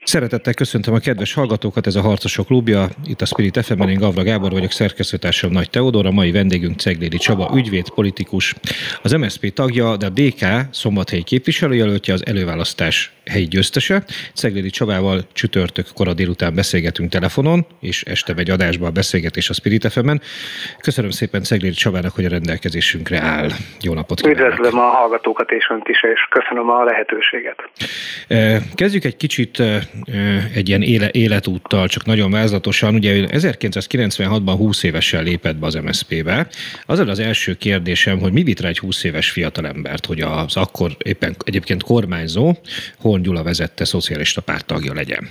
Szeretettel köszöntöm a kedves hallgatókat, ez a Harcosok Klubja, itt a Spirit FM-en, én Gavra Gábor vagyok, szerkesztőtársam Nagy Teodor, a mai vendégünk Ceglédi Csaba, ügyvéd, politikus, az MSZP tagja, de a DK szombathelyi képviselőjelöltje, az előválasztás helyi győztese. Ceglédi Csabával csütörtök kora délután beszélgetünk telefonon, és este megy adásba a beszélgetés a Spirit FM-en. Köszönöm szépen Ceglédi Csabának, hogy a rendelkezésünkre áll. Jó napot kívánok! Üdvözlöm a hallgatókat és önt is, és köszönöm a lehetőséget. Kezdjük egy kicsit egy ilyen életúttal, csak nagyon vázlatosan. Ugye 1996-ban 20 évesen lépett be az MSZP-be. Az az első kérdésem, hogy mi vitt rá egy 20 éves fiatalembert, hogy az akkor éppen egyébként kormányzó Horn Gyula vezette szocialista párt tagja legyen?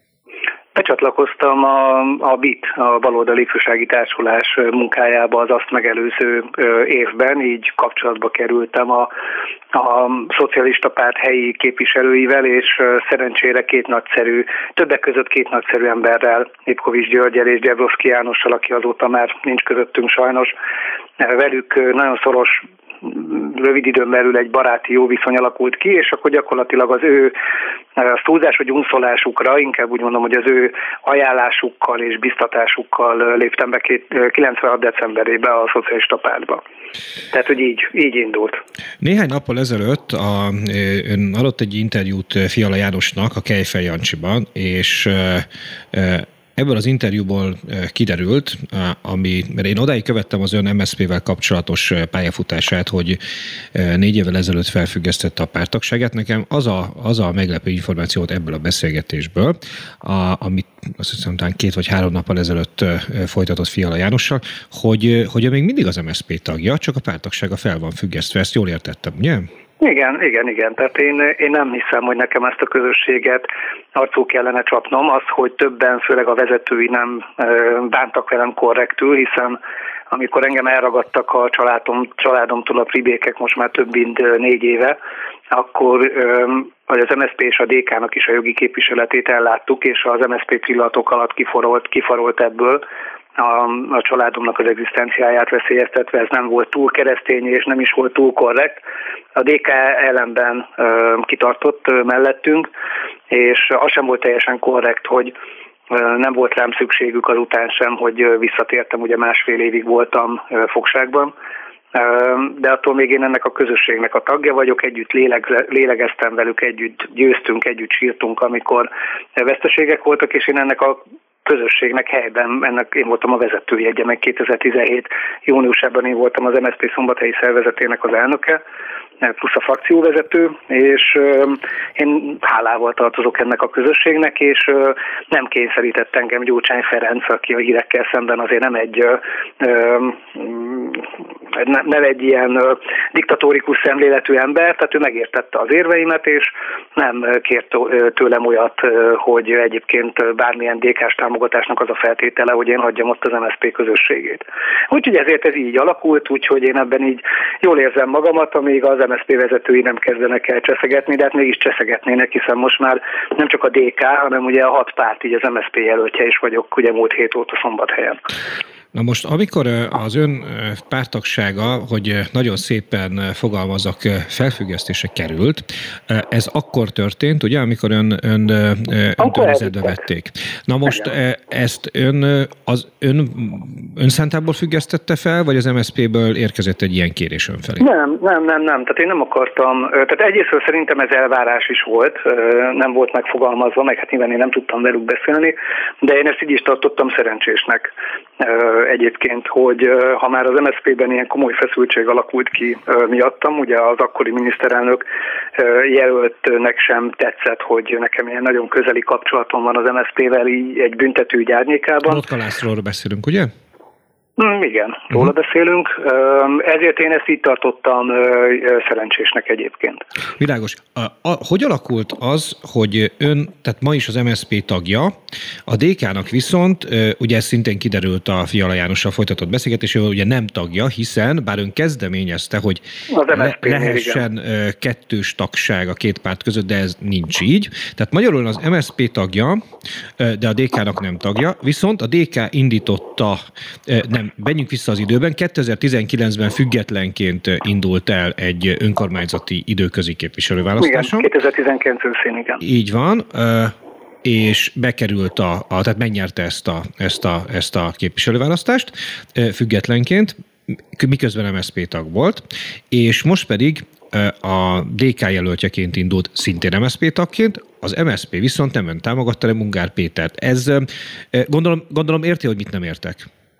Becsatlakoztam a BIT, a Baloldali Ifjúsági Társulás munkájába az azt megelőző évben, így kapcsolatba kerültem a szocialista párt helyi képviselőivel, és szerencsére többek között két nagyszerű emberrel, Ipkovics Györgyel és Gyebroszki Jánossal, aki azóta már nincs közöttünk sajnos, velük nagyon szoros, rövid időn belül egy baráti jó viszony alakult ki, és akkor gyakorlatilag az ő túlzás vagy unszolásukra, inkább úgy mondom, hogy az ő ajánlásukkal és biztatásukkal léptem be 96. decemberében a szocialista pártba. Tehát, hogy így indult. Néhány nappal ezelőtt ön adott egy interjút Fiala Jánosnak a Kejfej Jancsiban, és ebből az interjúból kiderült, mert én odáig követtem az ön MSZP-vel kapcsolatos pályafutását, hogy 4 évvel ezelőtt felfüggesztette a párttagságát. Nekem az a meglepő információt ebből a beszélgetésből, amit azt hiszem talán 2 vagy 3 nappal ezelőtt folytatott Fiala Jánossal, hogy ő még mindig az MSZP tagja, csak a párttagsága fel van függesztve. Ezt jól értettem, ugye? Igen. Tehát én nem hiszem, hogy nekem ezt a közösséget arcul kellene csapnom. Az, hogy többen, főleg a vezetői nem bántak velem korrektül, hiszen amikor engem elragadtak a családomtól a pribékek most már több mint 4 éve, akkor az MSZP és a DK-nak is a jogi képviseletét elláttuk, és az MSZP pillanatok alatt kifarolt ebből, a családomnak az egzisztenciáját veszélyeztetve, ez nem volt túl keresztény és nem is volt túl korrekt. A DK ellenben kitartott mellettünk, és az sem volt teljesen korrekt, hogy nem volt rám szükségük azután sem, hogy visszatértem, ugye 1,5 évig voltam fogságban, de attól még én ennek a közösségnek a tagja vagyok, együtt lélegeztem velük, együtt győztünk, együtt sírtunk, amikor veszteségek voltak, és én ennek a közösségnek helyben, én voltam a vezetője, ugye meg 2017. júniusában én voltam az MSZP szombathelyi szervezetének az elnöke, plusz a frakcióvezető, és én hálával tartozok ennek a közösségnek, és nem kényszerített engem Gyurcsány Ferenc, aki a hírekkel szemben azért nem egy ilyen diktatórikus szemléletű ember, tehát ő megértette az érveimet, és nem kért tőlem olyat, hogy egyébként bármilyen DK-s támogatásnak az a feltétele, hogy én hagyjam ott az MSZP közösségét. Úgyhogy ezért ez így alakult, úgyhogy én ebben így jól érzem magamat, amíg az MSZP vezetői nem kezdenek el cseszegetni, de hát mégis cseszegetnének, hiszen most már nem csak a DK, hanem ugye a 6 párt, így az MSZP jelöltje is vagyok, ugye múlt hét óta Szombathelyen. Na most, amikor az ön párttagsága, hogy nagyon szépen fogalmazok, felfüggesztésre került, ez akkor történt, ugye, amikor ön törvényzetbe vették. Na most ezt ön szántából függesztette fel, vagy az MSZP-ből érkezett egy ilyen kérés ön felé? Nem. Tehát én nem akartam. Tehát egyrésztről szerintem ez elvárás is volt, nem volt megfogalmazva, meg hát nyilván én nem tudtam velük beszélni, de én ezt így is tartottam szerencsésnek. Egyébként, hogy ha már az MSZP-ben ilyen komoly feszültség alakult ki miattam, ugye az akkori miniszterelnök jelöltnek sem tetszett, hogy nekem ilyen nagyon közeli kapcsolatom van az MSZP-vel így egy büntetőügy árnyékában. Lotka Lászlóról beszélünk, ugye? Igen, róla beszélünk. Ezért én ezt így tartottam szerencsésnek egyébként. Világos. Hogy alakult az, hogy ön, tehát ma is az MSZP tagja, a DK-nak viszont, ugye ez szintén kiderült a Fiala Jánossal folytatott beszélgetésről, ugye nem tagja, hiszen bár ön kezdeményezte, hogy lehessen kettős tagság a két párt között, de ez nincs így. Tehát magyarul az MSZP tagja, de a DK-nak nem tagja, viszont a DK indította, menjünk vissza az időben, 2019-ben függetlenként indult el egy önkormányzati időközi képviselőválasztáson. Igen, 2019 őszén, igen. Így van. és bekerült tehát megnyerte ezt a képviselőválasztást függetlenként, miközben MSZP tag volt, és most pedig a DK jelöltjeként indult szintén MSZP tagként, az MSZP viszont nem támogatta le Ungár Pétert. Ez gondolom érti, hogy mit nem értek?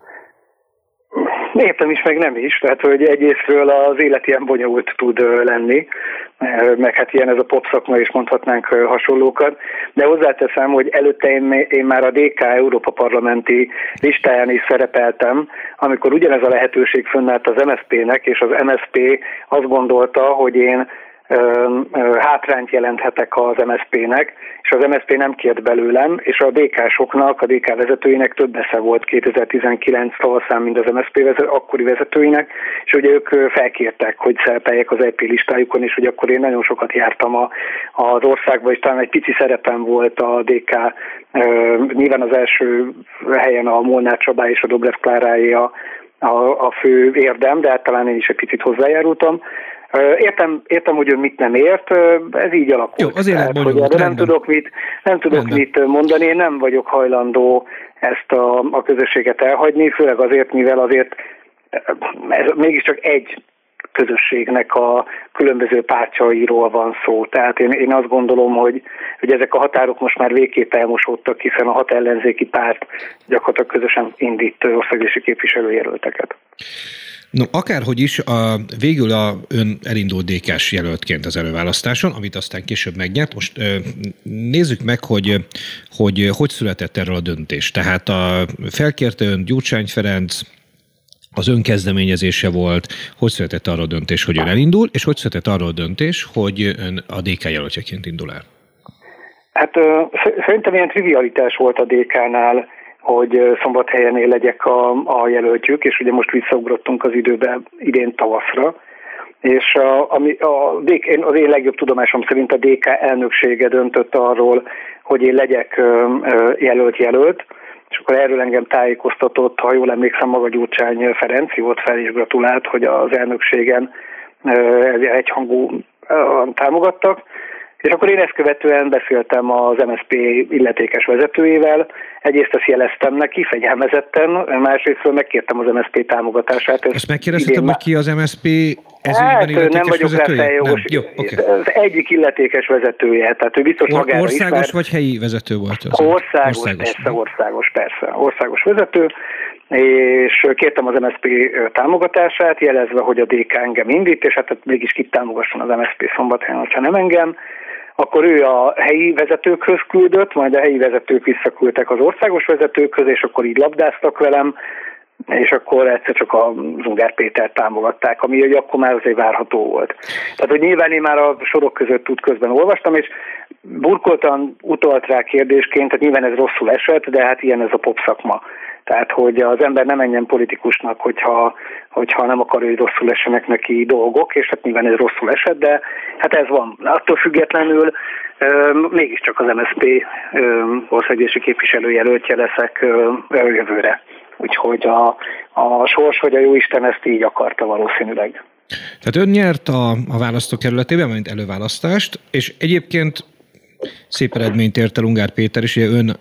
Értem is, meg nem is, tehát hogy egyrésztről az élet ilyen bonyolult tud lenni, meg hát ilyen ez a pop szakma, és mondhatnánk hasonlókat, de hozzáteszem, hogy előtte én már a DK Európa Parlamenti listáján is szerepeltem, amikor ugyanez a lehetőség fönnállt az MSZP-nek, és az MSZP azt gondolta, hogy én hátrányt jelenthetek az MSZP-nek, és az MSZP nem kért belőlem, és a DK-soknak, a DK vezetőinek több esze volt 2019 tavaszán, mint az MSZP akkori vezetőinek, és ugye ők felkértek, hogy szerepeljek az EP listájukon, és hogy akkor én nagyon sokat jártam az országba, és talán egy pici szerepem volt a DK, nyilván az első helyen a Molnár Csabá és a Dobrev Kláráé a fő érdem, de hát talán én is egy picit hozzájárultam. Értem, hogy ő mit nem ért, ez így alakult. Jó, az élet bonyolult. Nem tudok mit mondani, én nem vagyok hajlandó ezt a közösséget elhagyni, főleg azért, mivel azért ez mégiscsak egy közösségnek a különböző pártjairól van szó. Tehát én azt gondolom, hogy ezek a határok most már végképp elmosódtak, hiszen a 6 ellenzéki párt gyakorlatilag közösen indít országgyűlési képviselőjelölteket. No, akárhogy is, végül ön elindult DK-s jelöltként az előválasztáson, amit aztán később megnyert. Most nézzük meg, hogy született erről a döntés. Tehát felkérte ön Gyurcsány Ferenc, az ön kezdeményezése volt, hogy született arra a döntés, hogy ön elindul, és hogy született arra a döntés, hogy ön a DK jelöltjeként indul el? Hát szerintem ilyen trivialitás volt a DK-nál, hogy Szombathelyenél legyek a jelöltjük, és ugye most visszaugrottunk az időbe idén tavaszra, és az én legjobb tudomásom szerint a DK elnöksége döntött arról, hogy én legyek jelölt, és akkor erről engem tájékoztatott, ha jól emlékszem, maga Gyurcsány Ferenc, hívott fel és gratulált, hogy az elnökségen egyhangú támogattak. És akkor én ezt követően beszéltem az MSZP illetékes vezetőjével, egyrészt ezt jeleztem neki fegyelmezetten, másrésztről megkértem az MSZP támogatását. Ezt megkérdeztetem, hogy ki az MSZP ezügyben illetékes nem vagyok rá feljogos. Az egyik illetékes vezetője, tehát ő biztos magára országos ismer. Vagy helyi vezető volt? Országos vezető, és kértem az MSZP támogatását, jelezve, hogy a DK engem indít, és hát mégis kit támogasson az MSZP Szombathelyen, ha nem engem. Akkor ő a helyi vezetőkhöz küldött, majd a helyi vezetők visszaküldtek az országos vezetőkhöz, és akkor így labdáztak velem, és akkor egyszer csak az Ungár Pétert támogatták, ami ugye akkor már azért várható volt. Tehát, hogy nyilván én már a sorok között útközben olvastam, és burkoltan utalt rá kérdésként, tehát nyilván ez rosszul esett, de hát ilyen ez a pop szakma. Tehát, hogy az ember nem menjen politikusnak, hogyha nem akar, hogy rosszul essenek neki dolgok, és hát nyilván ez rosszul esett, de hát ez van. Attól függetlenül mégiscsak az MSZP országgyűlési képviselőjelöltje leszek jövőre. Úgyhogy a sors, vagy a jóisten ezt így akarta valószínűleg. Tehát ön nyert a választókerületében, mint előválasztást, és egyébként szép eredményt ért el Ungár Péter, és ugye ön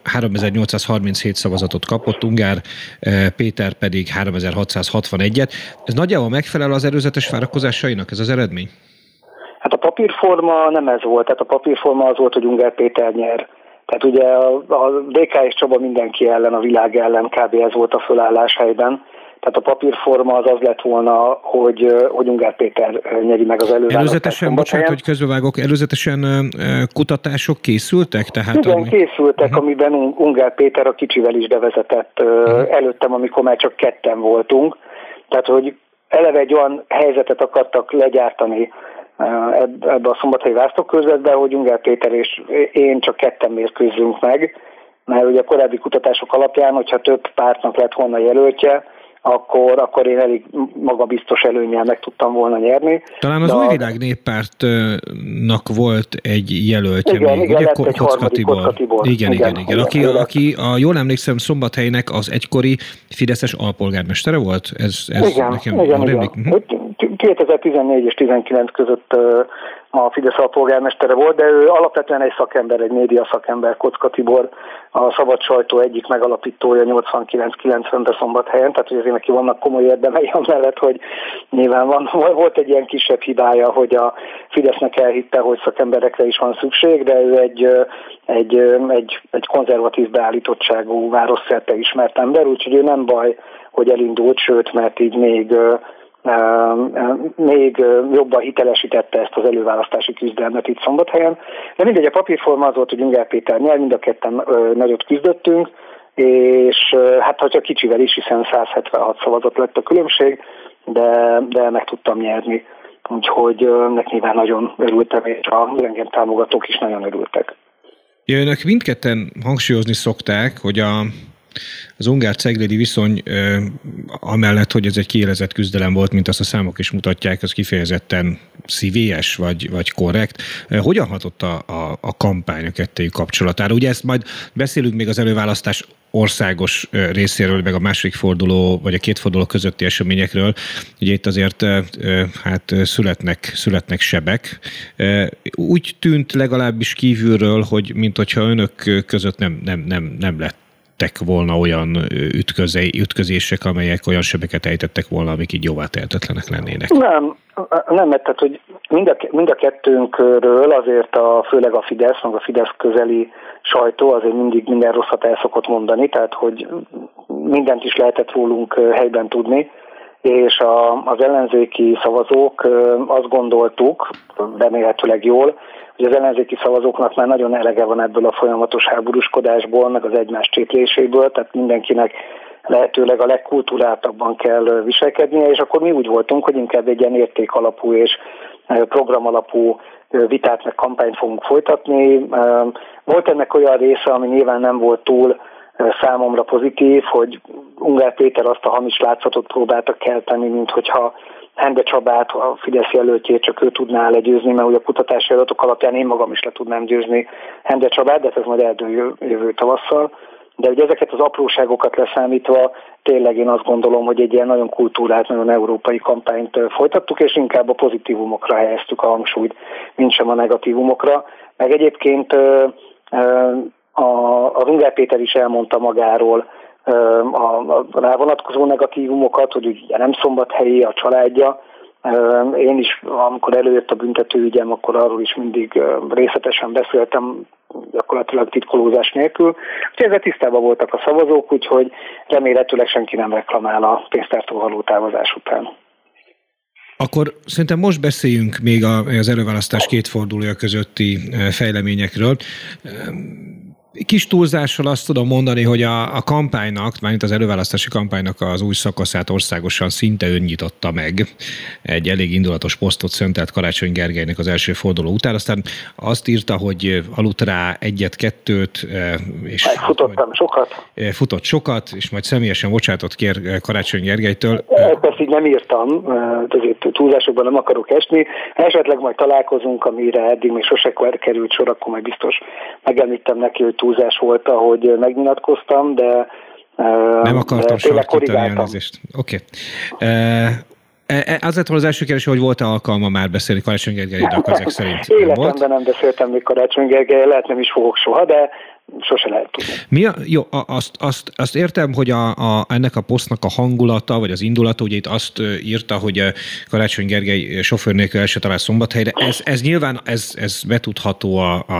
3837 szavazatot kapott, Ungár Péter pedig 3661-et. Ez nagyjából megfelel az előzetes várakozásainak, ez az eredmény? Hát a papírforma nem ez volt, tehát a papírforma az volt, hogy Ungár Péter nyer. Tehát ugye a DK és Csaba mindenki ellen, a világ ellen kb. Ez volt a fölállás helyben. Tehát a papírforma az lett volna, hogy Ungár Péter nyeri meg az előválasztást. Előzetesen kutatások készültek? Tehát igen, készültek, amiben Ungár Péter a kicsivel is bevezetett előttem, amikor már csak ketten voltunk. Tehát, hogy eleve egy olyan helyzetet akartak legyártani ebbe a szombathelyi választókörzetbe, hogy Ungár Péter és én csak ketten mérkőzzünk meg, mert ugye a korábbi kutatások alapján, hogyha több pártnak lett volna jelöltje, akkor én elég magabiztos előnnyel meg tudtam volna nyerni. Talán az Új Világ Néppártnak volt egy jelöltje igen, még, igen, ugye? lett egy Kocka Tibor. Igen. Aki jól emlékszem, Szombathelynek az egykori fideszes alpolgármestere volt? Ez igen. 2014 és 19 között a Fidesz alpolgármestere volt, de ő alapvetően egy szakember, egy média szakember, Kocka Tibor, a Szabad Sajtó egyik megalapítója 89-90-ben Szombathelyen, tehát hogy azért neki vannak komoly érdemei amellett, hogy nyilván volt egy ilyen kisebb hibája, hogy a Fidesznek elhitte, hogy szakemberekre is van szükség, de ő egy konzervatív beállítottságú, városszerte ismert ember, úgyhogy ő nem baj, hogy elindult, sőt, mert így még jobban hitelesítette ezt az előválasztási küzdelmet itt Szombathelyen. De mindegy, a papírforma az volt, hogy Ungár Péter nyer, mind a ketten nagyot küzdöttünk, és hát ha csak kicsivel is, hiszen 176 szavazat lett a különbség, de meg tudtam nyerni. Úgyhogy nek nyilván nagyon örültem, és a engem támogatók is nagyon örültek. Ja, önök mindketten hangsúlyozni szokták, hogy az ungár-ceglédi viszony amellett, hogy ez egy kiélezett küzdelem volt, mint azt a számok is mutatják, az kifejezetten szívélyes vagy korrekt. Hogyan hatott a kampány a kettőjük kapcsolatára? Ugye ezt majd beszélünk még az előválasztás országos részéről, meg a második forduló, vagy a két forduló közötti eseményekről. Ugye itt azért születnek sebek. Úgy tűnt legalábbis kívülről, hogy minthogyha önök között nem lett volna olyan ütközések, amelyek olyan sebeket ejtettek volna, amik így jóvá tehetetlenek lennének. Nem, mert tehát, hogy mind a kettőnkről azért főleg a Fidesz, meg a Fidesz közeli sajtó azért mindig minden rosszat el szokott mondani, tehát hogy mindent is lehetett rólunk helyben tudni, és az ellenzéki szavazók azt gondoltuk, remélhetőleg jól, hogy az ellenzéki szavazóknak már nagyon elege van ebből a folyamatos háborúskodásból, meg az egymás csépléséből, tehát mindenkinek lehetőleg a legkulturáltabban kell viselkednie, és akkor mi úgy voltunk, hogy inkább egy ilyen értékalapú és programalapú vitát meg kampányt fogunk folytatni. Volt ennek olyan része, ami nyilván nem volt túl számomra pozitív, hogy Ungár Péter azt a hamis látszatot próbálta kelteni, mint hogyha Hende Csabát, a Fidesz jelöltjét csak ő tudná legyőzni, mert ugye a kutatási adatok alapján én magam is le tudnám győzni Hende Csabát, de ez majd eldől jövő tavasszal. De ugye ezeket az apróságokat leszámítva tényleg én azt gondolom, hogy egy ilyen nagyon kultúrált, nagyon európai kampányt folytattuk, és inkább a pozitívumokra helyeztük a hangsúlyt, mint sem a negatívumokra. Meg egyébként a Ungár Péter is elmondta magáról a rá vonatkozó negatívumokat, hogy ugye nem szombathelyi a családja. Én is, amikor előjött a büntetőügyem, akkor arról is mindig részletesen beszéltem, gyakorlatilag titkolózás nélkül. Úgyhogy ezzel tisztában voltak a szavazók, úgyhogy remélhetőleg senki nem reklamál a pénztártól való távozás után. Akkor szerintem most beszéljünk még az előválasztás két fordulója közötti fejleményekről. Kis túlzással azt tudom mondani, hogy a kampánynak, mármint az előválasztási kampánynak az új szakaszát országosan szinte ön nyitotta meg. Egy elég indulatos posztot szentelt Karácsony Gergelynek az első forduló után, aztán azt írta, hogy aludt rá egyet-kettőt. És futottam sokat. Futott sokat, és majd személyesen bocsánatot kér Karácsony Gergelytől. Ezt így nem írtam, azért túlzásokban nem akarok esni. Esetleg majd találkozunk, amire eddig még sose került sor, akkor majd biztos megemlítem neki, hogy túlzás volt, ahogy megnyilatkoztam, de nem akartam sarkítani elnézést. Oké. Az lett volna az első kérdés, hogy volt-e alkalma már beszélni Karácsony Gergelyről, akkor ezek szerint életemben nem beszéltem még Karácsony Gergelyről, lehet nem is fogok soha, de sose lehet tudni. Jó, azt értem, hogy ennek a posztnak a hangulata, vagy az indulata, ugye itt azt írta, hogy Karácsony Gergely sofőr nélkül el se talál Szombathelyre. Ez nyilván ez betudható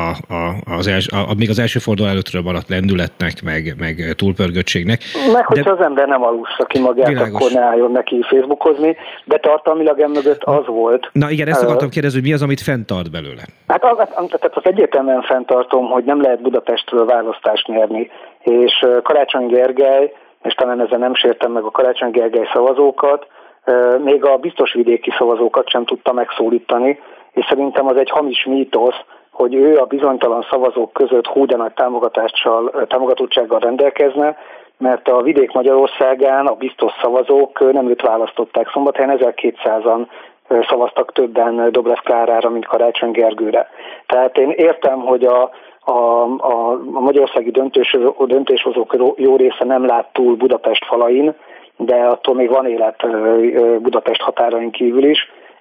még az első forduló előttről maradt lendületnek, meg túlpörgöttségnek. Meg hogyha az ember nem alussza ki magát, világos. Akkor ne álljon neki Facebookozni, de tartalmilag emögött az volt. Na igen, ezt akartam kérdezni, hogy mi az, amit fenntart belőle? Hát az egyértelműen fenntartom, hogy nem lehet Budapestről választást nyerni, és Karácsony Gergely, és talán ezzel nem sértem meg a Karácsony Gergely szavazókat, még a biztos vidéki szavazókat sem tudta megszólítani, és szerintem az egy hamis mítosz, hogy ő a bizonytalan szavazók között hú de nagy támogatottsággal rendelkezne, mert a vidék Magyarországán a biztos szavazók nem őt választották. Szombathelyen 1200-an szavaztak többen Dobrev Klárára, mint Karácsony Gergőre. Tehát én értem, hogy a magyarországi döntéshozók jó része nem lát túl Budapest falain, de attól még van élet Budapest határain kívül is,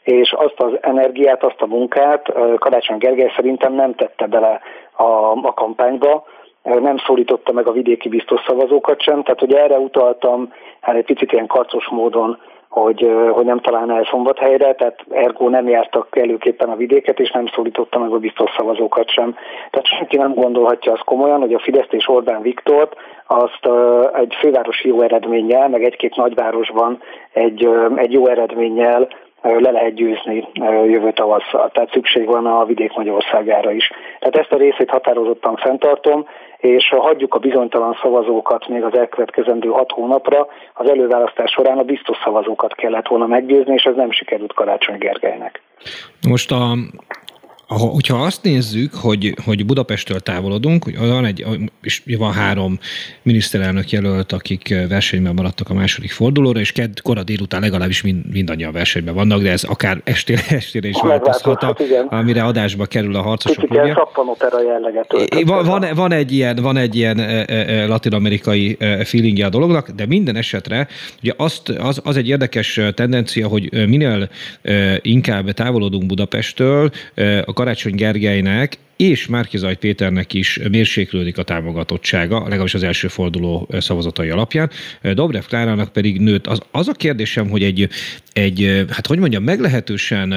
és azt az energiát, azt a munkát Karácsony Gergely szerintem nem tette bele a kampányba, nem szólította meg a vidéki biztos szavazókat sem, tehát hogy erre utaltam, hát egy picit ilyen karcos módon, hogy nem találná el Szombathelyre, tehát ergo nem jártak előképpen a vidéket, és nem szólította meg a biztos szavazókat sem. Tehát senki nem gondolhatja azt komolyan, hogy a Fideszt és Orbán Viktort azt egy fővárosi jó eredménnyel, meg egy-két nagyvárosban egy jó eredménnyel le lehet győzni jövő tavasszal. Tehát szükség van a vidék Magyarországára is. Tehát ezt a részét határozottan fenntartom, és ha hagyjuk a bizonytalan szavazókat még az elkövetkezendő 6 hónapra, az előválasztás során a biztos szavazókat kellett volna meggyőzni, és ez nem sikerült Karácsony Gergelynek. Most hogyha azt nézzük, hogy Budapesttől távolodunk, és van 3 miniszterelnök jelölt, akik versenyben maradtak a második fordulóra, és kora délután legalábbis mindannyian versenyben vannak, de ez akár estére is változhat, amire adásba kerül a harcosok. Kicsit ilyen szappanopera jelleget öltött. Van egy ilyen latin-amerikai feelingje a dolognak, de minden esetre ugye az egy érdekes tendencia, hogy minél inkább távolodunk Budapesttől, a Karácsony Gergelynek és Márki-Zay Péternek is mérséklődik a támogatottsága, legalábbis az első forduló szavazatai alapján. Dobrev Klárának pedig nőtt. Az a kérdésem, hogy hát hogy mondjam, meglehetősen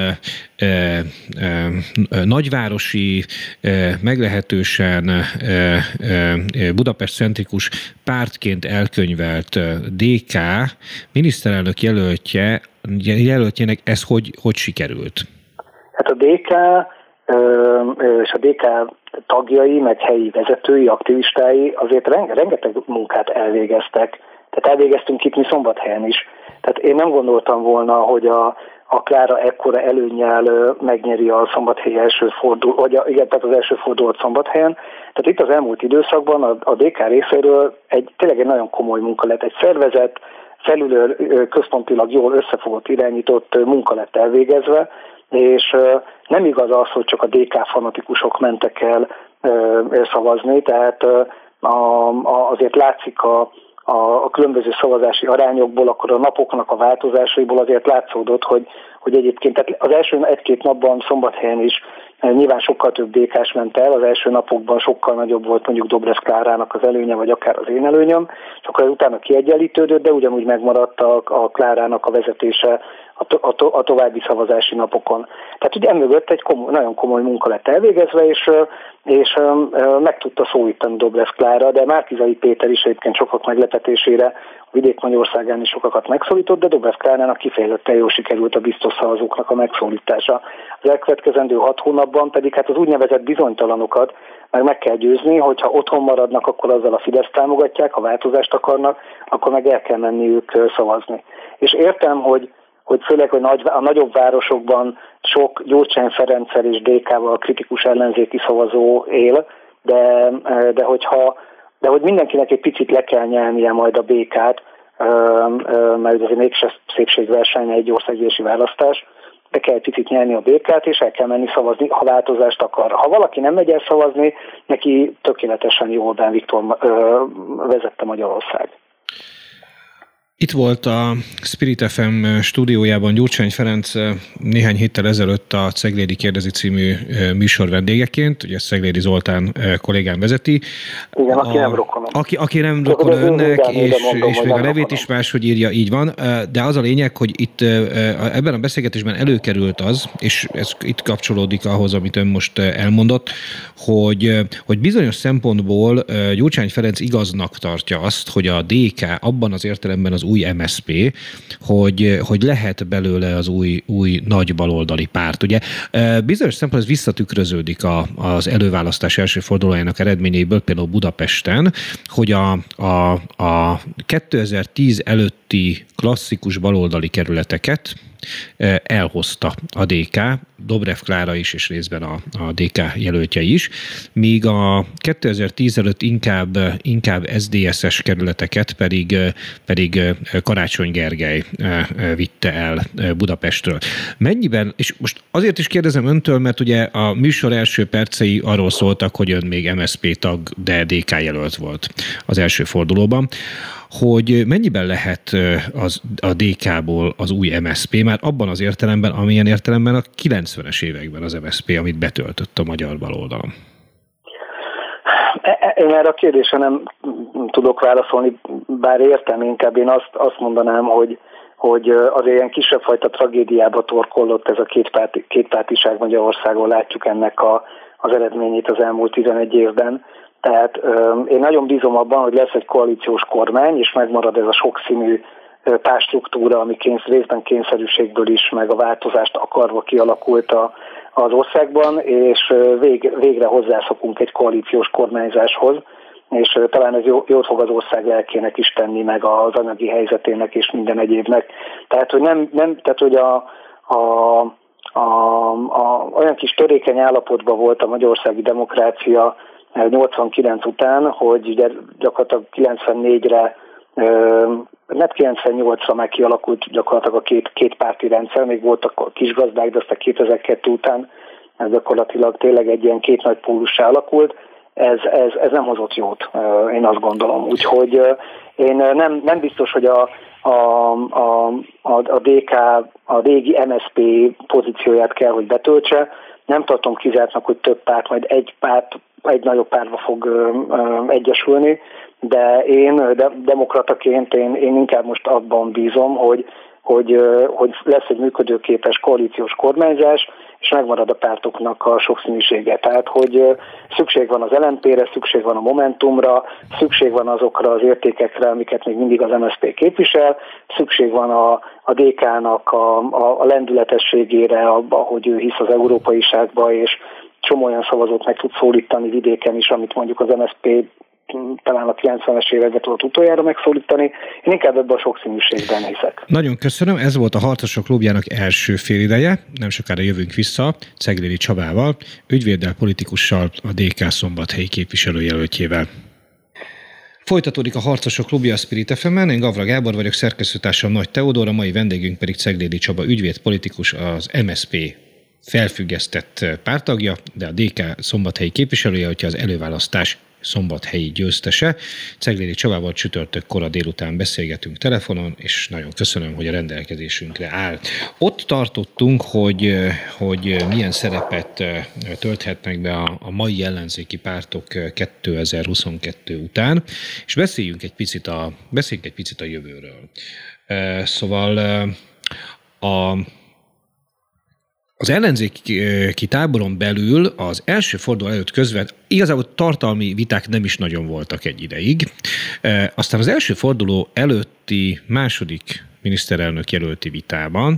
nagyvárosi, meglehetősen Budapest-centrikus pártként elkönyvelt DK miniszterelnök jelöltjének ez hogy sikerült? Hát a DK és a DK tagjai, meg helyi vezetői, aktivistái azért rengeteg munkát elvégeztek. Tehát elvégeztünk itt mi Szombathelyen is. Tehát én nem gondoltam volna, hogy a Klára ekkora előnnyel megnyeri a Szombathelyi első fordulót, tehát az első fordulót Szombathelyen. Tehát itt az elmúlt időszakban a DK részéről tényleg egy nagyon komoly munka lett. Egy szervezet, felülről központilag jól összefogott, irányított munka lett elvégezve, és nem igaz az, hogy csak a DK fanatikusok mentek el szavazni, tehát azért látszik a különböző szavazási arányokból, akkor a napoknak a változásaiból azért látszódott, hogy egyébként tehát az első 1-2 napban Szombathelyen is nyilván sokkal több DK-s ment el, az első napokban sokkal nagyobb volt mondjuk Dobrev Klárának az előnye, vagy akár az én előnyöm, és akkor utána kiegyenlítődött, de ugyanúgy megmaradt a Klárának a vezetése a további szavazási napokon. Tehát ugye emögött egy nagyon komoly munka lett elvégezve, és meg tudta szólítani Dobrev Klára, de Márki-Zay Péter is egyébként sokak meglepetésére a Vidék-Magyarországán is sokakat megszólított, de Dobrev Klárának kifejezetten jól sikerült a biztos szavazóknak a megszólítása. Az elkövetkezendő 6 hónapban pedig hát az úgynevezett bizonytalanokat meg kell győzni, hogyha otthon maradnak, akkor azzal a Fideszt támogatják, ha változást akarnak, akkor meg el kell menniük szavazni. És értem, hogy főleg hogy a nagyobb városokban sok Gyurcsány Ferenccel és DK-val kritikus ellenzéki szavazó él, de hogy mindenkinek egy picit le kell nyelnie majd a békát, mert azért mégse szépségverseny egy országgyűlési választás, de kell egy picit nyelni a békát, és el kell menni szavazni, ha változást akar. Ha valaki nem megy el szavazni, neki tökéletesen jó Orbán Viktor vezette Magyarország. Itt volt a Spirit FM stúdiójában Gyurcsány Ferenc néhány héttel ezelőtt a Ceglédi kérdezi című műsor vendégeként, ugye Ceglédi Zoltán kollégám vezeti. Igen, aki nem rokon. Aki nem rokon önnek, és még a nevét is máshogy írja, így van. De az a lényeg, hogy itt ebben a beszélgetésben előkerült az, és ez itt kapcsolódik ahhoz, amit ön most elmondott, hogy bizonyos szempontból Gyurcsány Ferenc igaznak tartja azt, hogy a DK abban az értelemben az új MSZP, hogy lehet belőle az új nagy baloldali párt. Ugye bizonyos szempontból ez visszatükröződik az előválasztás első fordulójának eredményeiből, például Budapesten, hogy a 2010 előtti klasszikus baloldali kerületeket elhozta a DK, Dobrev Klára is, és részben a DK jelöltje is, míg a 2010 előtt inkább SZDSZ-es kerületeket pedig Karácsony Gergely vitte el Budapestről. Mennyiben, és most azért is kérdezem öntől, mert ugye a műsor első percei arról szóltak, hogy ön még MSZP tag, de DK jelölt volt az első fordulóban, hogy mennyiben lehet a DK-ból az új MSZP, már abban az értelemben, amilyen értelemben a 90-es években az MSZP, amit betöltött a magyar baloldalon. Én erre a kérdésre nem tudok válaszolni, bár értem, inkább én azt mondanám, hogy azért ilyen kisebb fajta tragédiába torkollott ez a kétpártiság Magyarországon, látjuk ennek az eredményét az elmúlt 11 évben. Tehát én nagyon bízom abban, hogy lesz egy koalíciós kormány, és megmarad ez a sokszínű pártstruktúra, ami részben kényszerűségből is, meg a változást akarva kialakult az országban, és végre hozzászokunk egy koalíciós kormányzáshoz, és talán ez jót fog az ország lelkének is tenni, meg az anyagi helyzetének és minden egyébnek. Tehát, hogy tehát, hogy olyan kis törékeny állapotban volt a magyarországi demokrácia 89 után, hogy ugye gyakorlatilag 94-re, nem 98-ra már kialakult gyakorlatilag a két párti rendszer, még voltak a kisgazdák, de aztán 2002 után ez gyakorlatilag tényleg egy ilyen két nagy pólussá alakult. Ez nem hozott jót, én azt gondolom. Úgyhogy én nem biztos, hogy a DK a régi MSZP pozícióját kell, hogy betöltse. Nem tartom kizártnak, hogy több párt, majd egy nagyobb pártba fog egyesülni, de én demokrataként én inkább most abban bízom, hogy lesz egy működőképes koalíciós kormányzás, és megmarad a pártoknak a sokszínűsége. Tehát, hogy szükség van az LMP-re, szükség van a Momentumra, szükség van azokra az értékekre, amiket még mindig az MSZP képvisel, szükség van a DK-nak a lendületességére, abba, hogy ő hisz az európaiságba, és csomó olyan szavazót meg tud szólítani vidéken is, amit mondjuk az MSZP talán a 90-es években tudott utoljára megszólítani. Én inkább ebben a sokszínűségben hiszek. Nagyon köszönöm, ez volt a Harcosok Klubjának első félideje. Nem sokára jövünk vissza Ceglédi Csabával, ügyvéddel, politikussal, a DK szombathelyi képviselőjelöltjével. Folytatódik a Harcosok Klubja a Spirit FM-en, én Gavra Gábor vagyok, szerkesztőtársam Nagy Teodor, a mai vendégünk pedig Ceglédi Csaba, ügyvéd, politikus, az MSZP felfüggesztett párttagja, de a DK szombathelyi képviselője, hogyha az előválasztás szombathelyi győztese. Ceglédi Csabával csütörtök kora délután beszélgetünk telefonon, és nagyon köszönöm, hogy a rendelkezésünkre áll. Ott tartottunk, hogy milyen szerepet tölthetnek be a mai ellenzéki pártok 2022 után, és beszéljünk egy picit a jövőről. Szóval az ellenzéki táboron belül az első forduló előtt igazából tartalmi viták nem is nagyon voltak egy ideig. Aztán az első forduló előtti második miniszterelnök jelölti vitában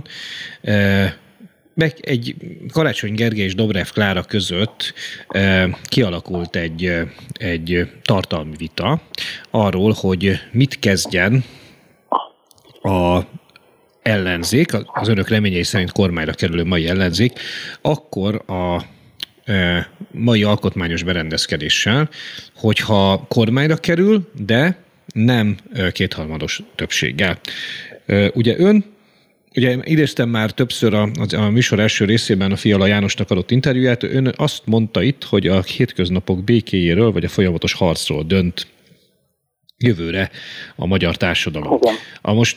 egy Karácsony Gergely és Dobrev Klára között kialakult egy tartalmi vita arról, hogy mit kezdjen a ellenzék, az önök reményei szerint kormányra kerülő mai ellenzék, akkor a mai alkotmányos berendezkedéssel, hogyha kormányra kerül, de nem kétharmados többséggel. Ugye idéztem már többször a műsor első részében a Fiala Jánosnak adott interjúját, ön azt mondta itt, hogy a hétköznapok békéjéről, vagy a folyamatos harcról dönt jövőre a magyar társadalom. Most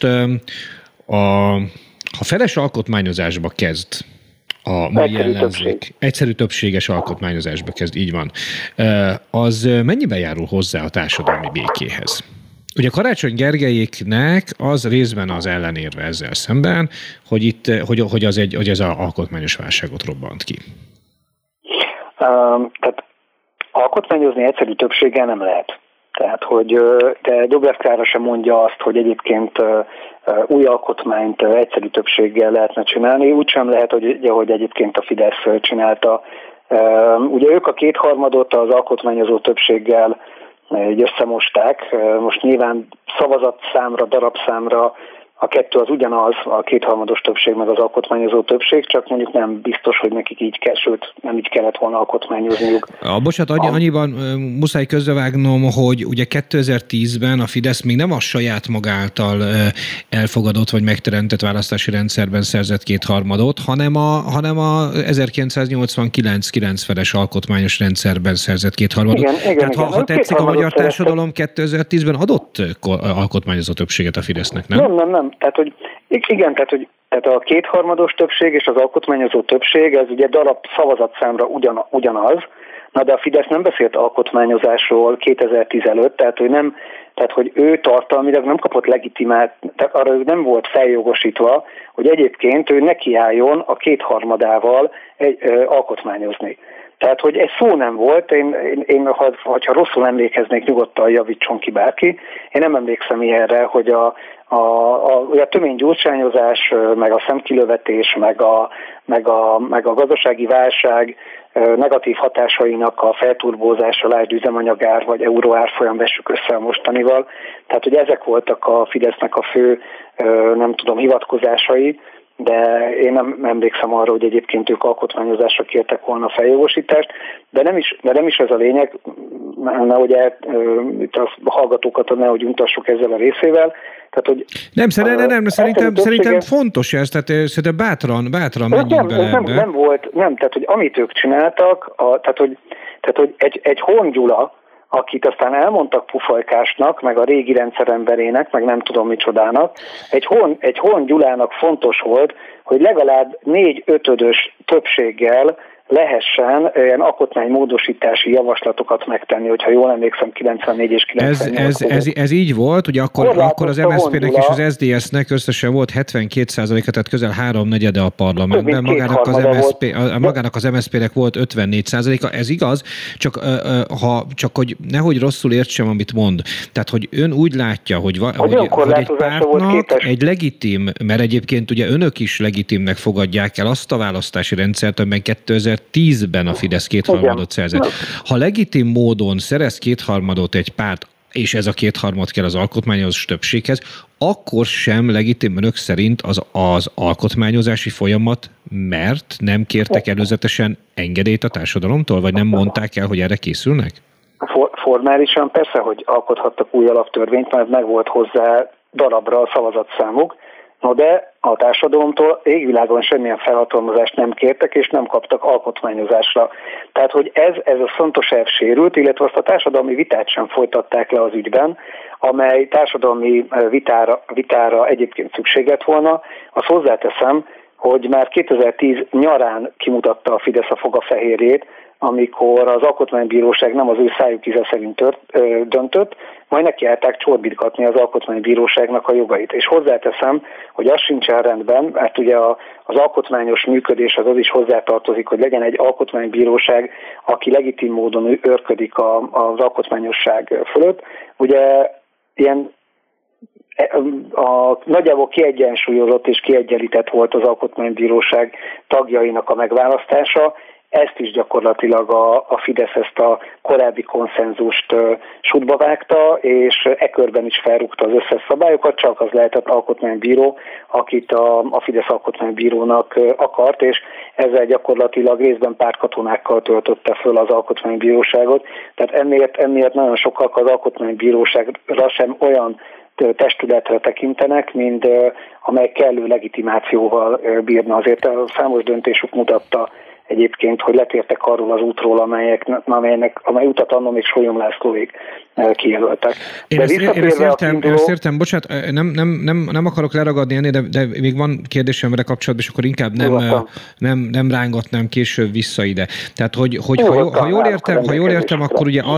ha feles alkotmányozásba kezd a mai ellenzék, egyszerű többséges alkotmányozásba kezd, így van, az mennyiben járul hozzá a társadalmi békéhez? Ugye Karácsony Gergelyéknek az részben az ellenérve ezzel szemben, hogy ez az alkotmányos válságot robbant ki. Tehát alkotmányozni egyszerű többséggel nem lehet. Tehát, hogy de Dobrev Klára sem mondja azt, hogy egyébként új alkotmányt egyszerű többséggel lehetne csinálni. Úgy sem lehet, hogy egyébként a Fidesz csinálta. Ugye ők a kétharmadot az alkotmányozó többséggel összemosták. Most nyilván szavazatszámra, darabszámra a kettő az ugyanaz, a kétharmados többség meg az alkotmányozó többség, csak mondjuk nem biztos, hogy nekik így kell, sőt nem így kellett volna alkotmányozniuk. Bocsánat, annyiban muszáj közbevágnom, hogy ugye 2010-ben a Fidesz még nem a saját magáltal elfogadott vagy megteremtett választási rendszerben szerzett kétharmadot, hanem a 1989-90-es alkotmányos rendszerben szerzett kétharmadot. Igen, ha tetszik, a magyar társadalom 2010-ben adott alkotmányozó többséget a Fidesznek, nem? Nem. Tehát a kétharmados többség és az alkotmányozó többség, ez ugye darab szavazatszámra ugyanaz, de a Fidesz nem beszélt alkotmányozásról 2010 előtt, tehát hogy ő tartalmilag nem kapott legitimált, tehát arra ő nem volt feljogosítva, hogy egyébként ő nekiálljon a kétharmadával alkotmányozni. Tehát, hogy egy szó nem volt, én ha rosszul emlékeznék, nyugodtan javítson ki bárki. Én nem emlékszem ilyenre, hogy a töménygyurcsányozás, meg a szemkilövetés, meg a gazdasági válság negatív hatásainak a felturbózása, lásd üzemanyagár vagy euró árfolyam, vessük össze a mostanival. Tehát, hogy ezek voltak a Fidesznek a fő, hivatkozásai, de én nem emlékszem arra, hogy egyébként ők alkotmányozásra kértek volna feljogosítást, de nem is ez a lényeg, nehogy itt a hallgatókat nehogy untassuk ezzel a részével. Tehát, hogy szerintem fontos ez, tehát szerintem bátran menjünk bele ebbe. Tehát, hogy amit ők csináltak, tehát, hogy egy Horn Gyula, akit aztán elmondtak pufajkásnak, meg a régi rendszeremberének, meg nem tudom micsodának, egy Horn Gyulának fontos volt, hogy legalább 4/5 többséggel lehessen ilyen alkotmánymódosítási javaslatokat megtenni, hogyha jól emlékszem, 94 és 98. Ez így volt, ugye akkor az MSZP-nek és az SZDSZ-nek összesen volt 72%-a, tehát közel 3/4 a parlamentben, magának az MSZP-nek volt 54%-a, ez igaz, csak hogy nehogy rosszul értsem, amit mond. Tehát, hogy ön úgy látja, hogy egy pártnak egy legitim, mert egyébként ugye önök is legitimnek fogadják el azt a választási rendszert, amiben 2010-ben a Fidesz kétharmadot szerzett. Ha legitim módon szerez kétharmadot egy párt, és ez a kétharmad kell az alkotmányozás többséghez, akkor sem legitim önök szerint az alkotmányozási folyamat, mert nem kértek előzetesen engedélyt a társadalomtól, vagy nem mondták el, hogy erre készülnek? Formálisan persze, hogy alkothattak új alaptörvényt, mert meg volt hozzá darabra a szavazatszámuk, de a társadalomtól égvilágon semmilyen felhatalmazást nem kértek, és nem kaptak alkotmányozásra. Tehát, hogy ez a fontos elv sérült, illetve azt a társadalmi vitát sem folytatták le az ügyben, amely társadalmi vitára egyébként szükség lett volna. Azt hozzáteszem, hogy már 2010 nyarán kimutatta a Fidesz a fogafehérjét, amikor az Alkotmánybíróság nem az ő szájuk íze szerint döntött, majd nekiállták csorbítgatni az Alkotmánybíróságnak a jogait. És hozzáteszem, hogy az sincsen rendben, mert ugye az alkotmányos működés az is hozzátartozik, hogy legyen egy alkotmánybíróság, aki legitim módon őrködik az alkotmányosság fölött. Ugye ilyen nagyjából kiegyensúlyozott és kiegyenlített volt az Alkotmánybíróság tagjainak a megválasztása. Ezt is gyakorlatilag a Fidesz ezt a korábbi konszenzust sútba vágta, és körben is felrúgta az összes szabályokat, csak az lehetett alkotmánybíró, akit a Fidesz alkotmánybírónak akart, és ezzel gyakorlatilag részben pártkatonákkal töltötte föl az alkotmánybíróságot. Tehát emiatt nagyon sokak az alkotmánybíróságra sem olyan testületre tekintenek, mint amely kellő legitimációval bírna. Azért a számos döntésük mutatta egyébként, hogy letértek arról az útról, amely utat anno még Sólyom Lászlóék kijelöltek. Én ezt értem, bocsánat, nem akarok leragadni ennél, de még van kérdésem vele kapcsolatban, és akkor inkább nem rángatnám később vissza ide. Tehát, ha jól értem, akkor ugye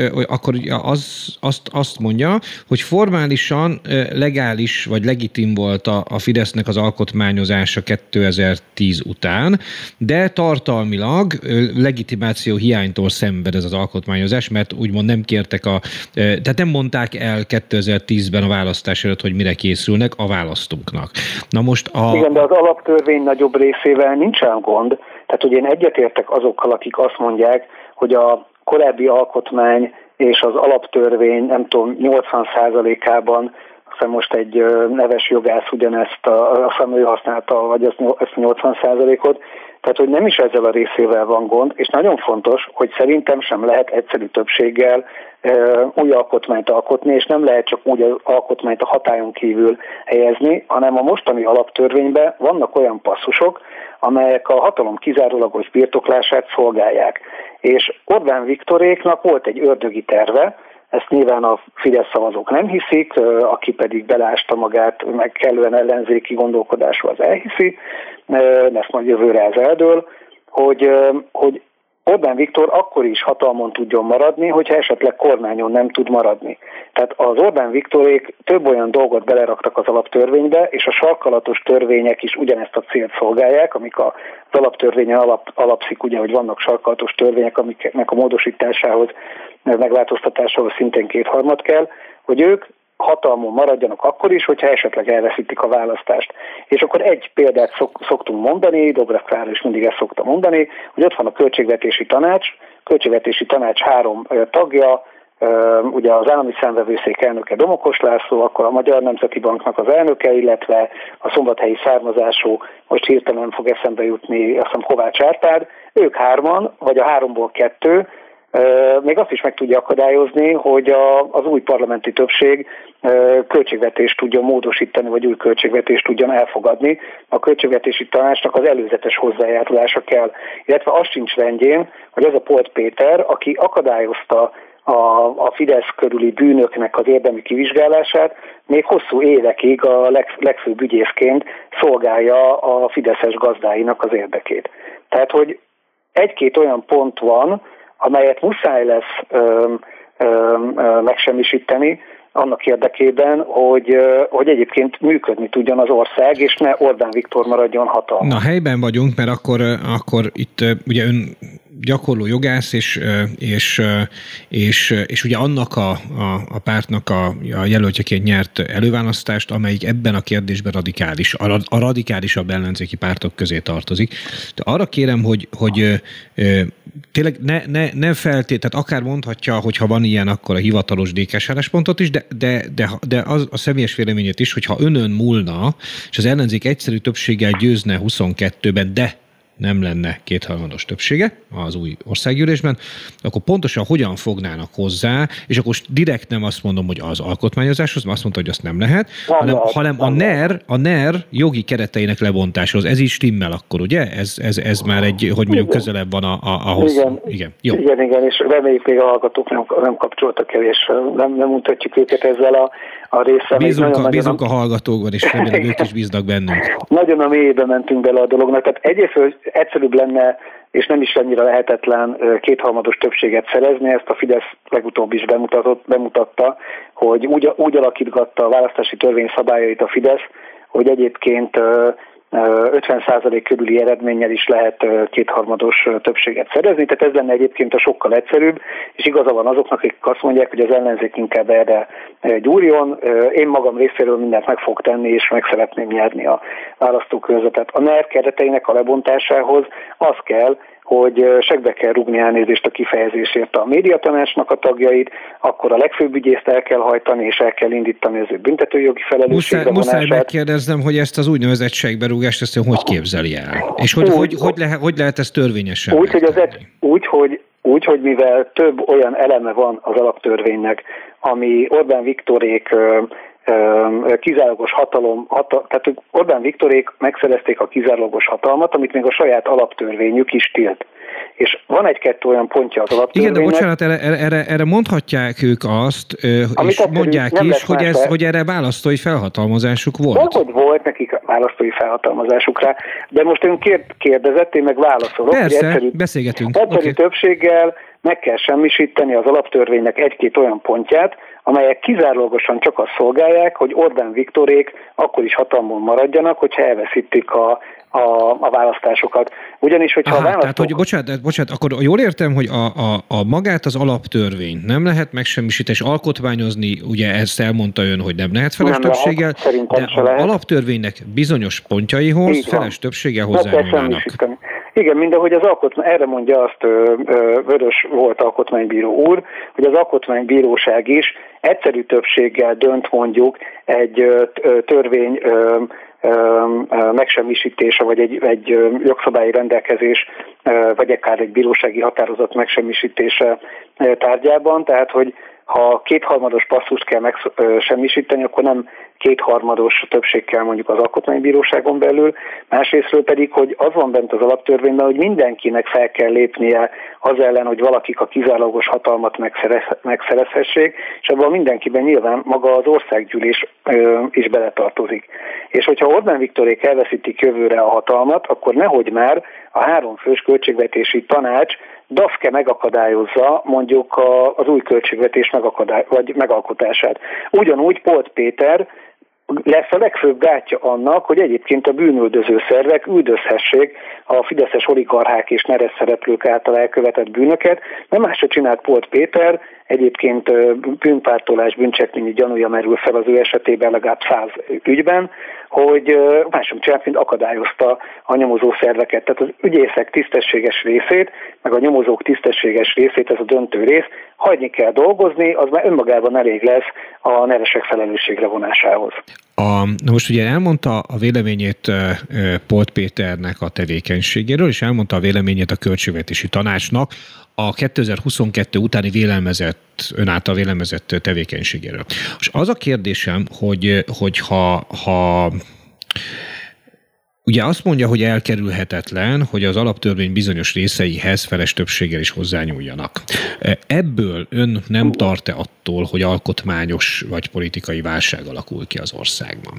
azt mondja, hogy formálisan legális vagy legitim volt a Fidesznek az alkotmányozása 2010 után, de tartalmilag legitimáció hiánytól szenved ez az alkotmányozás, mert úgymond nem kértek tehát nem mondták el 2010-ben a választás előtt, hogy mire készülnek a választóknak. Na most Igen, de az alaptörvény nagyobb részével nincsen gond. Tehát, hogy én egyetértek azokkal, akik azt mondják, hogy a korábbi alkotmány és az alaptörvény, nem tudom, 80%-ában hiszem most egy neves jogász ugyanezt, azt hiszem ő használta, vagy ezt 80%-ot, tehát hogy nem is ezzel a részével van gond, és nagyon fontos, hogy szerintem sem lehet egyszerű többséggel új alkotmányt alkotni, és nem lehet csak úgy alkotmányt a hatályon kívül helyezni, hanem a mostani alaptörvényben vannak olyan passzusok, amelyek a hatalom kizárólagos birtoklását szolgálják. És Orbán Viktoréknak volt egy ördögi terve, ezt nyilván a Fidesz szavazók nem hiszik, aki pedig belásta magát, meg kellően ellenzéki gondolkodású, az elhiszi, ezt majd jövőre ez eldől, hogy Orbán Viktor akkor is hatalmon tudjon maradni, hogyha esetleg kormányon nem tud maradni. Tehát az Orbán Viktorék több olyan dolgot beleraktak az alaptörvénybe, és a sarkalatos törvények is ugyanezt a célt szolgálják, amik az alaptörvényen alapszik, ugye, hogy vannak sarkalatos törvények, amiknek a módosításához, megváltoztatásához szintén 2/3 kell, hogy ők hatalmon maradjanak akkor is, hogyha esetleg elveszítik a választást. És akkor egy példát szoktunk mondani, Dobrev Klára is mindig ezt szokta mondani, hogy ott van a Költségvetési Tanács 3 tagja, ugye az állami számvevőszék elnöke Domokos László, akkor a Magyar Nemzeti Banknak az elnöke, illetve a szombathelyi származású, most hirtelen nem fog eszembe jutni, azt hiszem Kovács Árpád, ők 3, vagy a 3-ból 2, még azt is meg tudja akadályozni, hogy az új parlamenti többség költségvetést tudjon módosítani, vagy új költségvetést tudjon elfogadni. A Költségvetési Tanácsnak az előzetes hozzájárulása kell. Illetve az sincs rendjén, hogy az a Polt Péter, aki akadályozta a Fidesz körüli bűnöknek az érdemi kivizsgálását, még hosszú évekig a legfőbb ügyészként szolgálja a fideszes gazdáinak az érdekét. Tehát, hogy egy-két olyan pont van, amelyet muszáj lesz megsemmisíteni annak érdekében, hogy egyébként működni tudjon az ország, és ne Orbán Viktor maradjon hatalma. Na, helyben vagyunk, mert akkor itt ugye ön gyakorló jogász, és ugye annak a pártnak a jelöltjeként nyert előválasztást, amelyik ebben a kérdésben radikális, a radikálisabb ellenzéki pártok közé tartozik. De arra kérem, hogy tényleg ne tehát akár mondhatja, hogy ha van ilyen, akkor a hivatalos DK-s álláspontot is, de az a személyes véleményét is, hogyha önön múlna, és az ellenzék egyszerű többséggel győzne 22-ben, de nem lenne 2/3 többsége az új országgyűlésben, akkor pontosan hogyan fognának hozzá, és akkor direkt nem azt mondom, hogy az alkotmányozáshoz, mert azt mondta, hogy azt nem lehet, hanem a NER jogi kereteinek lebontásához. Ez is stimmel akkor, ugye? Ez már egy, hogy mondjam, közelebb van ahhoz. Igen, és reméljük még a hallgatók nem kapcsoltak el, és nem mutatjuk őket ezzel a résszel. Bízunk a hallgatókban, és remélem ők is bíznak bennünk. Nagyon a mélyébe mentünk bele a dolognak, tehát egyrészt egyszerűbb lenne, és nem is annyira lehetetlen 2/3 többséget szerezni, ezt a Fidesz legutóbb is bemutatta, hogy úgy alakítgatta a választási törvény szabályait a Fidesz, hogy egyébként 50% körüli eredménnyel is lehet 2/3 többséget szerezni, tehát ez lenne egyébként a sokkal egyszerűbb, és igaza van azoknak, akik azt mondják, hogy az ellenzék inkább erre gyúrjon. Én magam részéről mindent meg fog tenni, és meg szeretném nyerni a választókörzetet. A NER kereteinek a lebontásához az kell, hogy segbe kell rúgni, elnézést a kifejezésért, a médiatanácsnak a tagjait, akkor a legfőbb ügyészt el kell hajtani, és el kell indítani az ő büntetőjogi felelősségre vonását. Muszáj megkérdeznem, hogy ezt az úgynevezett segberúgást, ezt hogy képzeli el? És hogy lehet ezt törvényesen úgy, hogy mivel több olyan eleme van az alaptörvénynek, ami Orbán Viktorék kizárólagos tehát Orbán Viktorék megszerezték a kizárólagos hatalmat, amit még a saját alaptörvényük is tilt. És van egy-kettő olyan pontja az alaptörvénynek. Igen, de bocsánat, erre mondhatják ők azt, és mondják is, hogy erre választói felhatalmazásuk volt. Hogy volt nekik választói felhatalmazásuk rá, de most ön kérdezett, én meg válaszolok. Persze, beszélgetünk. Egyszerű többséggel meg kell semmisíteni az alaptörvénynek egy-két olyan pontját, amelyek kizárólagosan csak azt szolgálják, hogy Orbán Viktorék akkor is hatalmon maradjanak, hogyha elveszítik a választásokat. Ugyanis, hogyha tehát, hogy bocsánat, akkor jól értem, hogy a magát az alaptörvényt nem lehet megsemmisíteni, és alkotmányozni, ugye ezt elmondta ön, hogy nem lehet feles többséggel, de az alaptörvénynek bizonyos pontjaihoz feles többséggel hozzányúlnának. Igen, mindahogy erre mondja azt Vörös volt alkotmánybíró úr, hogy az alkotmánybíróság is egyszerű többséggel dönt mondjuk egy törvény megsemmisítése, vagy egy jogszabályi rendelkezés, vagy akár egy bírósági határozat megsemmisítése tárgyában, tehát hogy ha kétharmados passzust kell megsemmisíteni, akkor nem kétharmados többség kell mondjuk az alkotmánybíróságon belül, másrésztről pedig, hogy az van bent az alaptörvényben, hogy mindenkinek fel kell lépnie az ellen, hogy valakik a kizárólagos hatalmat megszerezhessék, és abban mindenkiben nyilván maga az országgyűlés is beletartozik. És hogyha Orbán Viktorék elveszítik jövőre a hatalmat, akkor nehogy már a 3 fős költségvetési tanács DAFKE megakadályozza mondjuk az új költségvetés megalkotását. Ugyanúgy Polt Péter lesz a legfőbb gátja annak, hogy egyébként a bűnüldöző szervek üldözhessék a fideszes oligarchák és neres szereplők által elkövetett bűnöket. Nem más se csinált Polt Péter, egyébként bűnpártolás, bűncselekményi gyanúja merül fel az ő esetében legalább 100 ügyben, hogy más sem csinált, mint akadályozta a nyomozó szerveket. Tehát az ügyészek tisztességes részét, meg a nyomozók tisztességes részét, ez a döntő rész, hagyni kell dolgozni, az már önmagában elég lesz a neresek felelősségre vonásához. Most ugye elmondta a véleményét Polt Péternek a tevékenységéről, és elmondta a véleményét a Költségvetési Tanácsnak a 2022 utáni ön által vélelmezett tevékenységéről. És az a kérdésem, hogy ha ugye azt mondja, hogy elkerülhetetlen, hogy az alaptörvény bizonyos részeihez feles többséggel is hozzányúljanak. Ebből ön nem tart-e attól, hogy alkotmányos vagy politikai válság alakul ki az országban?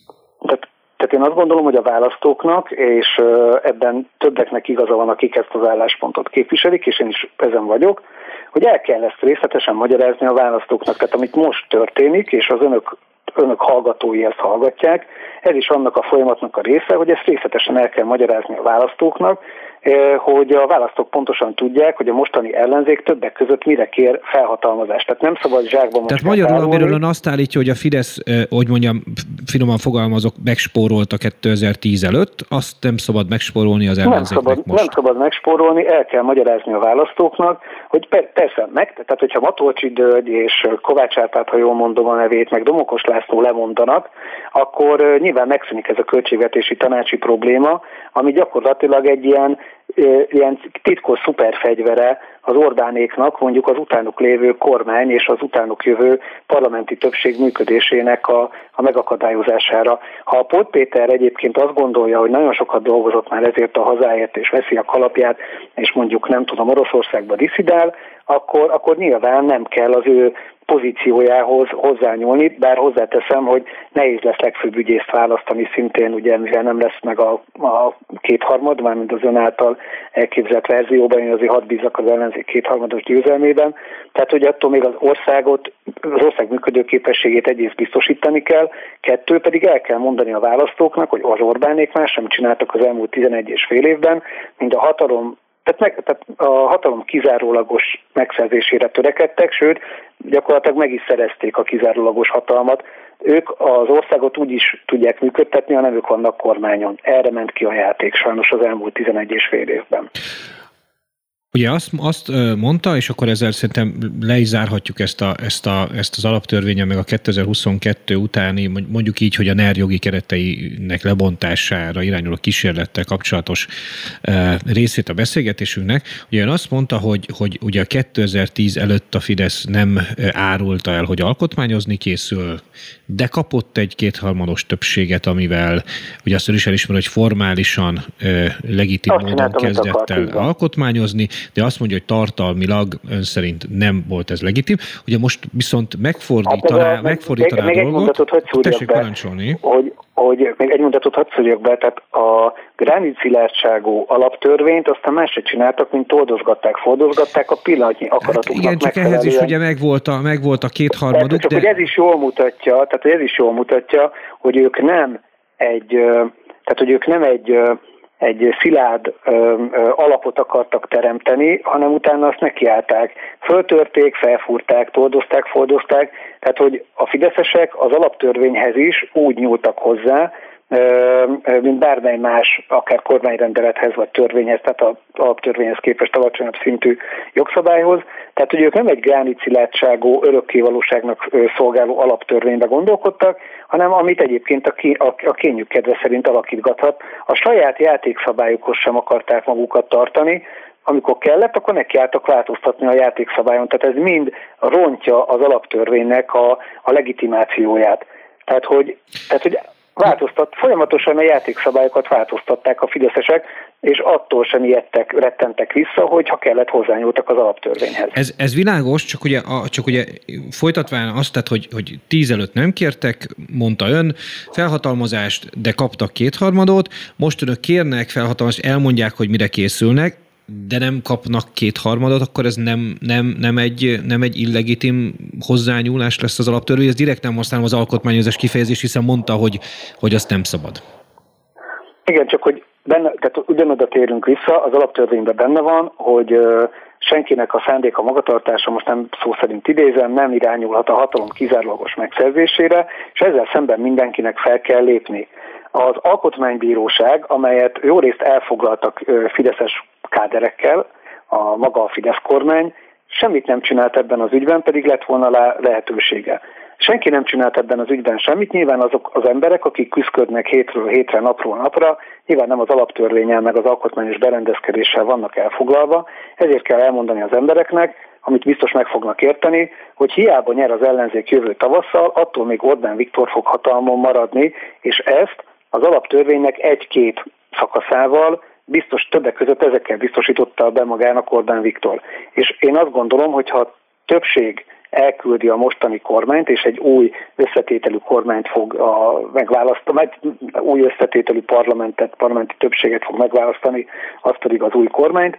Tehát én azt gondolom, hogy a választóknak, és ebben többeknek igaza van, akik ezt az álláspontot képviselik, és én is ezen vagyok, hogy el kell ezt részletesen magyarázni a választóknak. Tehát amit most történik, és az önök hallgatói ezt hallgatják, ez is annak a folyamatnak a része, hogy ezt részletesen el kell magyarázni a választóknak, hogy a választók pontosan tudják, hogy a mostani ellenzék többek között mire kér felhatalmazást. Tehát nem szabad zsákba most. Tehát magyarul, amiről ön azt állítja, hogy a Fidesz, hogy mondjam, finoman fogalmazok, megspórolta 2010 előtt, azt nem szabad megspórolni az ellenzéknek most. Nem szabad megspórolni, el kell magyarázni a választóknak, hogy persze tehát hogyha Matolcsy György és Kovács Árpád, ha jól mondom a nevét, meg Domokos László lemondanak, akkor nyilván megszűnik ez a költségvetési tanácsi probléma, ami gyakorlatilag egy ilyen titkos szuperfegyvere az Orbánéknak, mondjuk az utánuk lévő kormány és az utánuk jövő parlamenti többség működésének a megakadályozására. Ha a Polt Péter egyébként azt gondolja, hogy nagyon sokat dolgozott már ezért a hazáért, és veszi a kalapját, és mondjuk nem tudom, Oroszországba diszidál, akkor nyilván nem kell az ő pozíciójához hozzányúlni, bár hozzáteszem, hogy nehéz lesz legfőbb ügyészt választani szintén, ugye mivel nem lesz meg a kétharmad, mármint az ön által elképzelt verzióban, én azért hadd bízzak az ellenzék kétharmados győzelmében. Tehát, hogy attól még az ország működőképességét egyrészt biztosítani kell, 2 pedig el kell mondani a választóknak, hogy az Orbánék más sem csináltak az elmúlt 11 és fél évben, mint a hatalom. Tehát a hatalom kizárólagos megszerzésére törekedtek, sőt, gyakorlatilag meg is szerezték a kizárólagos hatalmat. Ők az országot úgy is tudják működtetni, ha nem ők vannak kormányon. Erre ment ki a játék sajnos az elmúlt 11 és fél évben. Ugye azt mondta, és akkor ezzel szerintem le is zárhatjuk ezt az alaptörvényen, meg a 2022 utáni, mondjuk így, hogy a NER jogi kereteinek lebontására irányuló kísérlettel kapcsolatos részét a beszélgetésünknek. Ugye ön azt mondta, hogy ugye a 2010 előtt a Fidesz nem árulta el, hogy alkotmányozni készül, de kapott egy kétharmados többséget, amivel ugye azt is elismer, hogy formálisan legitim módon kezdett el alkotmányozni, de azt mondja, hogy tartalmilag ön szerint nem volt ez legitim. Ugye most viszont megfordítaná a dolgot. Tessék parancsolni. Hogy még egy mondatot hadd szúrjak be, tehát a gránitszilárdságú alaptörvényt aztán más se csináltak, mint fordozgatták a pillanatnyi akaratuknak. Igen, csak ehhez is ugye megvolt a kétharmaduk. Csak hogy ez is jól mutatja, hogy ők nem egy szilárd alapot akartak teremteni, hanem utána azt nekiállták. Föltörték, felfúrták, toldozták, fordozták, tehát hogy a fideszesek az alaptörvényhez is úgy nyúltak hozzá, mint bármely más, akár kormányrendelethez vagy törvényhez, tehát az alaptörvényhez képest alacsonyabb szintű jogszabályhoz. Tehát, hogy ők nem egy gránitszilárdságú, örökkévalóságnak szolgáló alaptörvénybe gondolkodtak, hanem amit egyébként a kényük kedve szerint alakítgathat. A saját játékszabályokhoz sem akarták magukat tartani, amikor kellett, akkor nekiálltak változtatni a játékszabályon. Tehát ez mind rontja az alaptörvénynek a legitimációját. Tehát, hogy folyamatosan a játékszabályokat változtatták a fideszesek, és attól sem rettentek vissza, hogy ha kellett, hozzányúltak az alaptörvényhez. Ez világos, csak ugye folytatván azt, tehát, hogy 10 előtt nem kértek, mondta ön, felhatalmazást, de kaptak 2/3, most önök kérnek felhatalmazást, elmondják, hogy mire készülnek, de nem kapnak 2/3, akkor ez nem egy illegitim hozzányúlás lesz az alaptörvény. Ez direkt nem használom az alkotmányozás kifejezés, hiszen mondta, hogy azt nem szabad. Igen, csak hogy tehát ugyanoda térünk vissza, az alaptörvényben benne van, hogy senkinek a szándéka magatartása, most nem szó szerint idézem, nem irányulhat a hatalom kizárólagos megszerzésére, és ezzel szemben mindenkinek fel kell lépni. Az alkotmánybíróság, amelyet jó részt elfoglaltak fideszes káderekkel, maga a Fidesz kormány, semmit nem csinált ebben az ügyben, pedig lett volna lehetősége. Senki nem csinált ebben az ügyben semmit, nyilván azok az emberek, akik küszködnek hétről hétre, napról napra, nyilván nem az alaptörvénnyel, meg az alkotmányos berendezkedéssel vannak elfoglalva, ezért kell elmondani az embereknek, amit biztos meg fognak érteni, hogy hiába nyer az ellenzék jövő tavasszal, attól még Orbán Viktor fog hatalmon maradni, és ezt az alaptörvénynek 1-2 szakaszával biztos többek között ezekkel biztosította be magának Orbán Viktor. És én azt gondolom, hogy ha többség elküldi a mostani kormányt, és egy új összetételű kormányt fog megválasztani, új összetételű parlamenti többséget fog megválasztani, az pedig az új kormányt,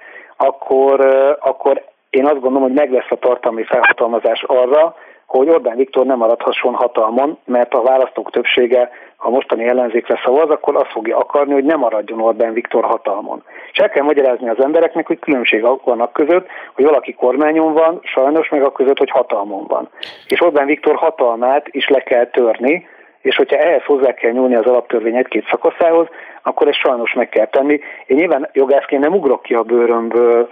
akkor én azt gondolom, hogy meg lesz a tartalmi felhatalmazás arra, hogy Orbán Viktor nem maradhasson hatalmon, mert a választók többsége, ha mostani ellenzékre szavaz, akkor azt fogja akarni, hogy ne maradjon Orbán Viktor hatalmon. És el kell magyarázni az embereknek, hogy különbség van között, hogy valaki kormányon van, sajnos meg a között, hogy hatalmon van. És Orbán Viktor hatalmát is le kell törni, és hogyha ehhez hozzá kell nyúlni az alaptörvény 1-2 szakaszához, akkor ezt sajnos meg kell tenni. Én nyilván jogászként nem ugrok ki a bőrömből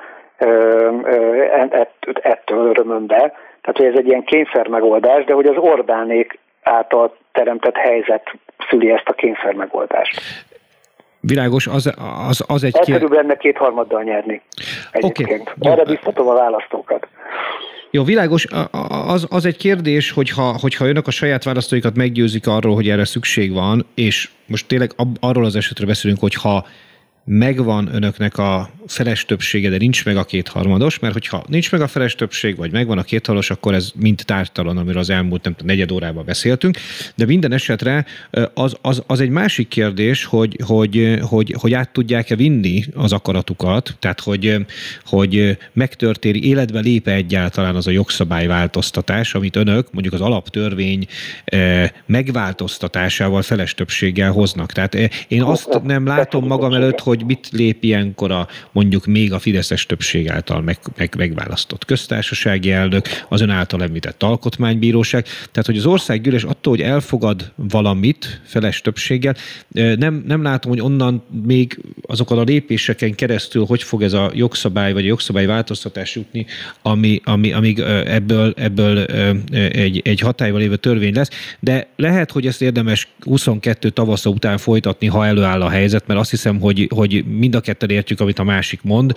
ettől örömömbe, tehát, hogy ez egy ilyen kényszer megoldás, de hogy az Orbánék által teremtett helyzet szüli ezt a kényszer megoldást. Világos, az egy... Elkerül benne 2/3 nyerni egyébként. Okay. Erre biztatom a választókat. Jó, világos, az egy kérdés, hogyha önök a saját választóikat meggyőzik arról, hogy erre szükség van, és most tényleg arról az esetre beszélünk, hogyha megvan önöknek a feles többsége, de nincs meg a 2/3, mert hogyha nincs meg a feles többség, vagy megvan a 2/3, akkor ez mind tártalan, amiről az elmúlt negyed órában beszéltünk, de minden esetre az egy másik kérdés, hogy át tudják-e vinni az akaratukat, tehát hogy megtörténik, életbe lép-e egyáltalán az a jogszabályváltoztatás, amit önök mondjuk az alaptörvény megváltoztatásával feles többséggel hoznak. Tehát én azt nem látom magam előtt, hogy mit lép ilyenkor mondjuk még a fideszes többség által megválasztott köztársasági elnök, az ön által említett alkotmánybíróság. Tehát, hogy az országgyűlés attól, hogy elfogad valamit feles többséggel, nem látom, hogy onnan még azokon a lépéseken keresztül hogy fog ez a jogszabály vagy a jogszabályváltoztatás jutni, amíg ebből egy hatályban lévő törvény lesz. De lehet, hogy ezt érdemes 22 tavasza után folytatni, ha előáll a helyzet, mert azt hiszem, hogy mind a ketten értjük, amit a másik mond,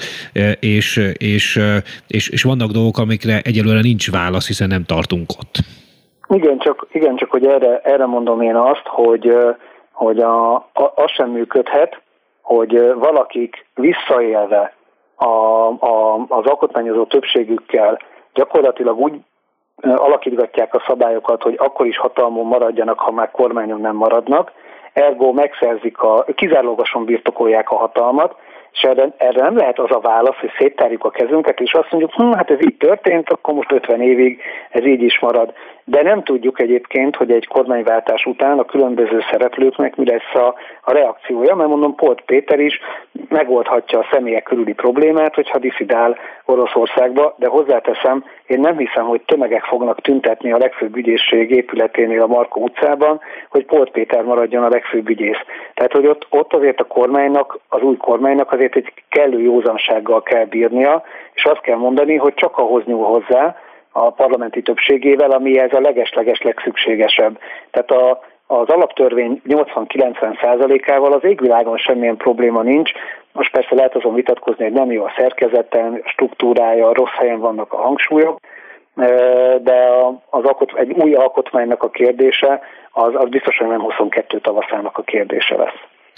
és vannak dolgok, amikre egyelőre nincs válasz, hiszen nem tartunk ott. Igen, csak hogy erre mondom én azt, hogy az sem működhet, hogy valakik visszaélve az alkotmányozó többségükkel gyakorlatilag úgy alakítgatják a szabályokat, hogy akkor is hatalmon maradjanak, ha már kormányon nem maradnak, ergo megszerzik, kizárólagosan birtokolják a hatalmat, és erre nem lehet az a válasz, hogy széttárjuk a kezünket, és azt mondjuk, hát ez így történt, akkor most 50 évig ez így is marad. de nem tudjuk egyébként, hogy egy kormányváltás után a különböző szereplőknek mi lesz a reakciója, mert mondom, Polt Péter is megoldhatja a személyek körüli problémát, hogyha diszidál Oroszországba, de hozzáteszem, én nem hiszem, hogy tömegek fognak tüntetni a legfőbb ügyészség épületénél a Markó utcában, hogy Polt Péter maradjon a legfőbb ügyész. Tehát, hogy ott azért a kormánynak, az új kormánynak azért egy kellő józansággal kell bírnia, és azt kell mondani, hogy csak ahhoz nyúl hozzá a parlamenti többségével, ami ez a leges-leges legszükségesebb. Tehát az alaptörvény 80-90%-ával az égvilágon semmilyen probléma nincs. Most persze lehet azon vitatkozni, hogy nem jó a szerkezeten, a struktúrája, rossz helyen vannak a hangsúlyok, de egy új alkotmánynak a kérdése az biztosan nem 22 tavaszának a kérdése lesz.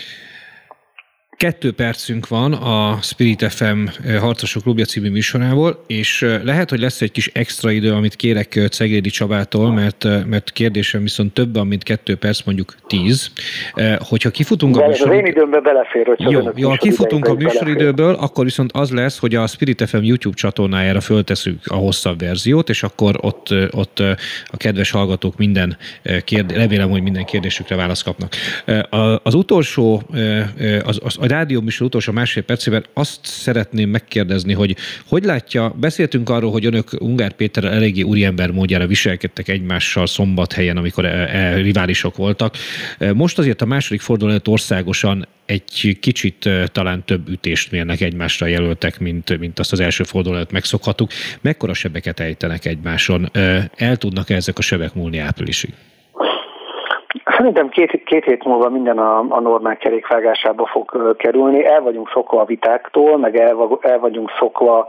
2 percünk van a Spirit FM Harcosok Klubja című műsorából, és lehet, hogy lesz egy kis extra idő, amit kérek Ceglédi Csabától, mert kérdésem viszont több van, mint 2 perc, mondjuk 10. Hogyha kifutunk a műsoridőből... Az én időmben belefér, hogyha jó, ha kifutunk a műsoridőből, akkor viszont az lesz, hogy a Spirit FM YouTube csatornájára fölteszünk a hosszabb verziót, és akkor ott a kedves hallgatók remélem, hogy minden kérdésükre választ kapnak. Az utolsó, a rádió műsor utolsó másfél percében azt szeretném megkérdezni, hogy látja, beszéltünk arról, hogy önök Ungár Péterrel eléggé úriember módjára viselkedtek egymással Szombathelyen, amikor riválisok voltak. Most azért a második forduló előtt országosan egy kicsit talán több ütést mérnek egymásra jelöltek, mint azt az első forduló előtt megszokhattuk. Mekkora sebeket ejtenek egymáson? El tudnak ezek a sebek múlni áprilisig? Szerintem két hét múlva minden a normál kerékvágásába fog kerülni. El vagyunk szokva a vitáktól, meg el vagyunk szokva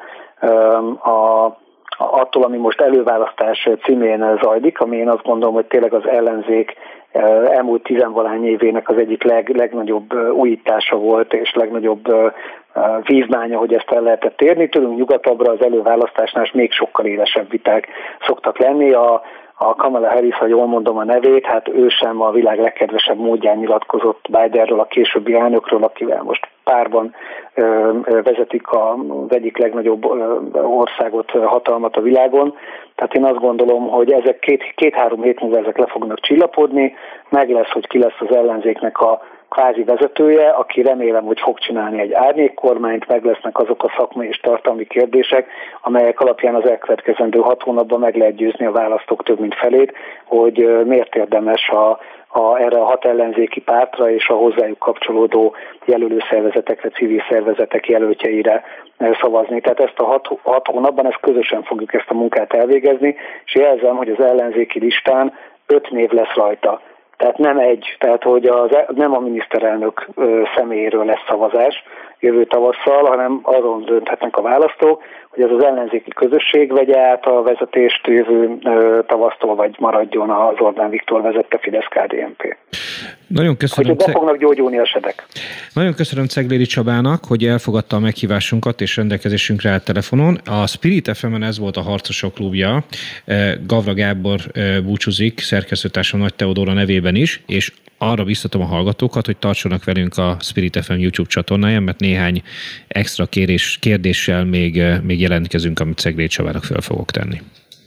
attól, ami most előválasztás címén zajlik, ami én azt gondolom, hogy tényleg az ellenzék elmúlt 10-valány évének az egyik legnagyobb újítása volt, és legnagyobb vívmánya, hogy ezt el lehetett érni. Tőlünk nyugatabbra az előválasztásnál is még sokkal élesebb viták szoktak lenni. A Kamala Harris, ha jól mondom a nevét, hát ő sem a világ legkedvesebb módján nyilatkozott Bidenről, a későbbi elnökről, akivel most párban vezetik az egyik legnagyobb országot, hatalmat a világon. Tehát én azt gondolom, hogy ezek 2-3 hét múlva ezek le fognak csillapodni, meg lesz, hogy ki lesz az ellenzéknek a kvázi vezetője, aki remélem, hogy fog csinálni egy árnyékkormányt, meg lesznek azok a szakmai és tartalmi kérdések, amelyek alapján az elkövetkezendő 6 hónapban meg lehet győzni a választók több mint felét, hogy miért érdemes erre a 6 ellenzéki pártra és a hozzájuk kapcsolódó jelölőszervezetekre, civil szervezetek jelöltjeire szavazni. Tehát ezt a 6 hónapban közösen fogjuk ezt a munkát elvégezni, és jelzem, hogy az ellenzéki listán 5 név lesz rajta. Tehát tehát hogy nem a miniszterelnök személyéről lesz szavazás jövő tavasszal, hanem azon dönthetnek a választók, hogy ez az ellenzéki közösség vegye át a vezetést jövő tavasztól, vagy maradjon az Orbán Viktor vezette Fidesz-KDNP. Nagyon köszönöm. Hogy be fognak gyógyulni a sebek. Nagyon köszönöm Ceglédi Csabának, hogy elfogadta a meghívásunkat és rendelkezésünkre állt telefonon. A Spirit FM-en ez volt a Harcosok Klubja. Gavra Gábor búcsúzik, szerkesztőtársam Nagy Teodóra nevében is, és arra biztatom a hallgatókat, hogy tartsanak velünk a Spirit FM YouTube csatornáján, mert néhány extra kérdéssel még jelentkezünk, amit Ceglédi Csabának fel fogok tenni.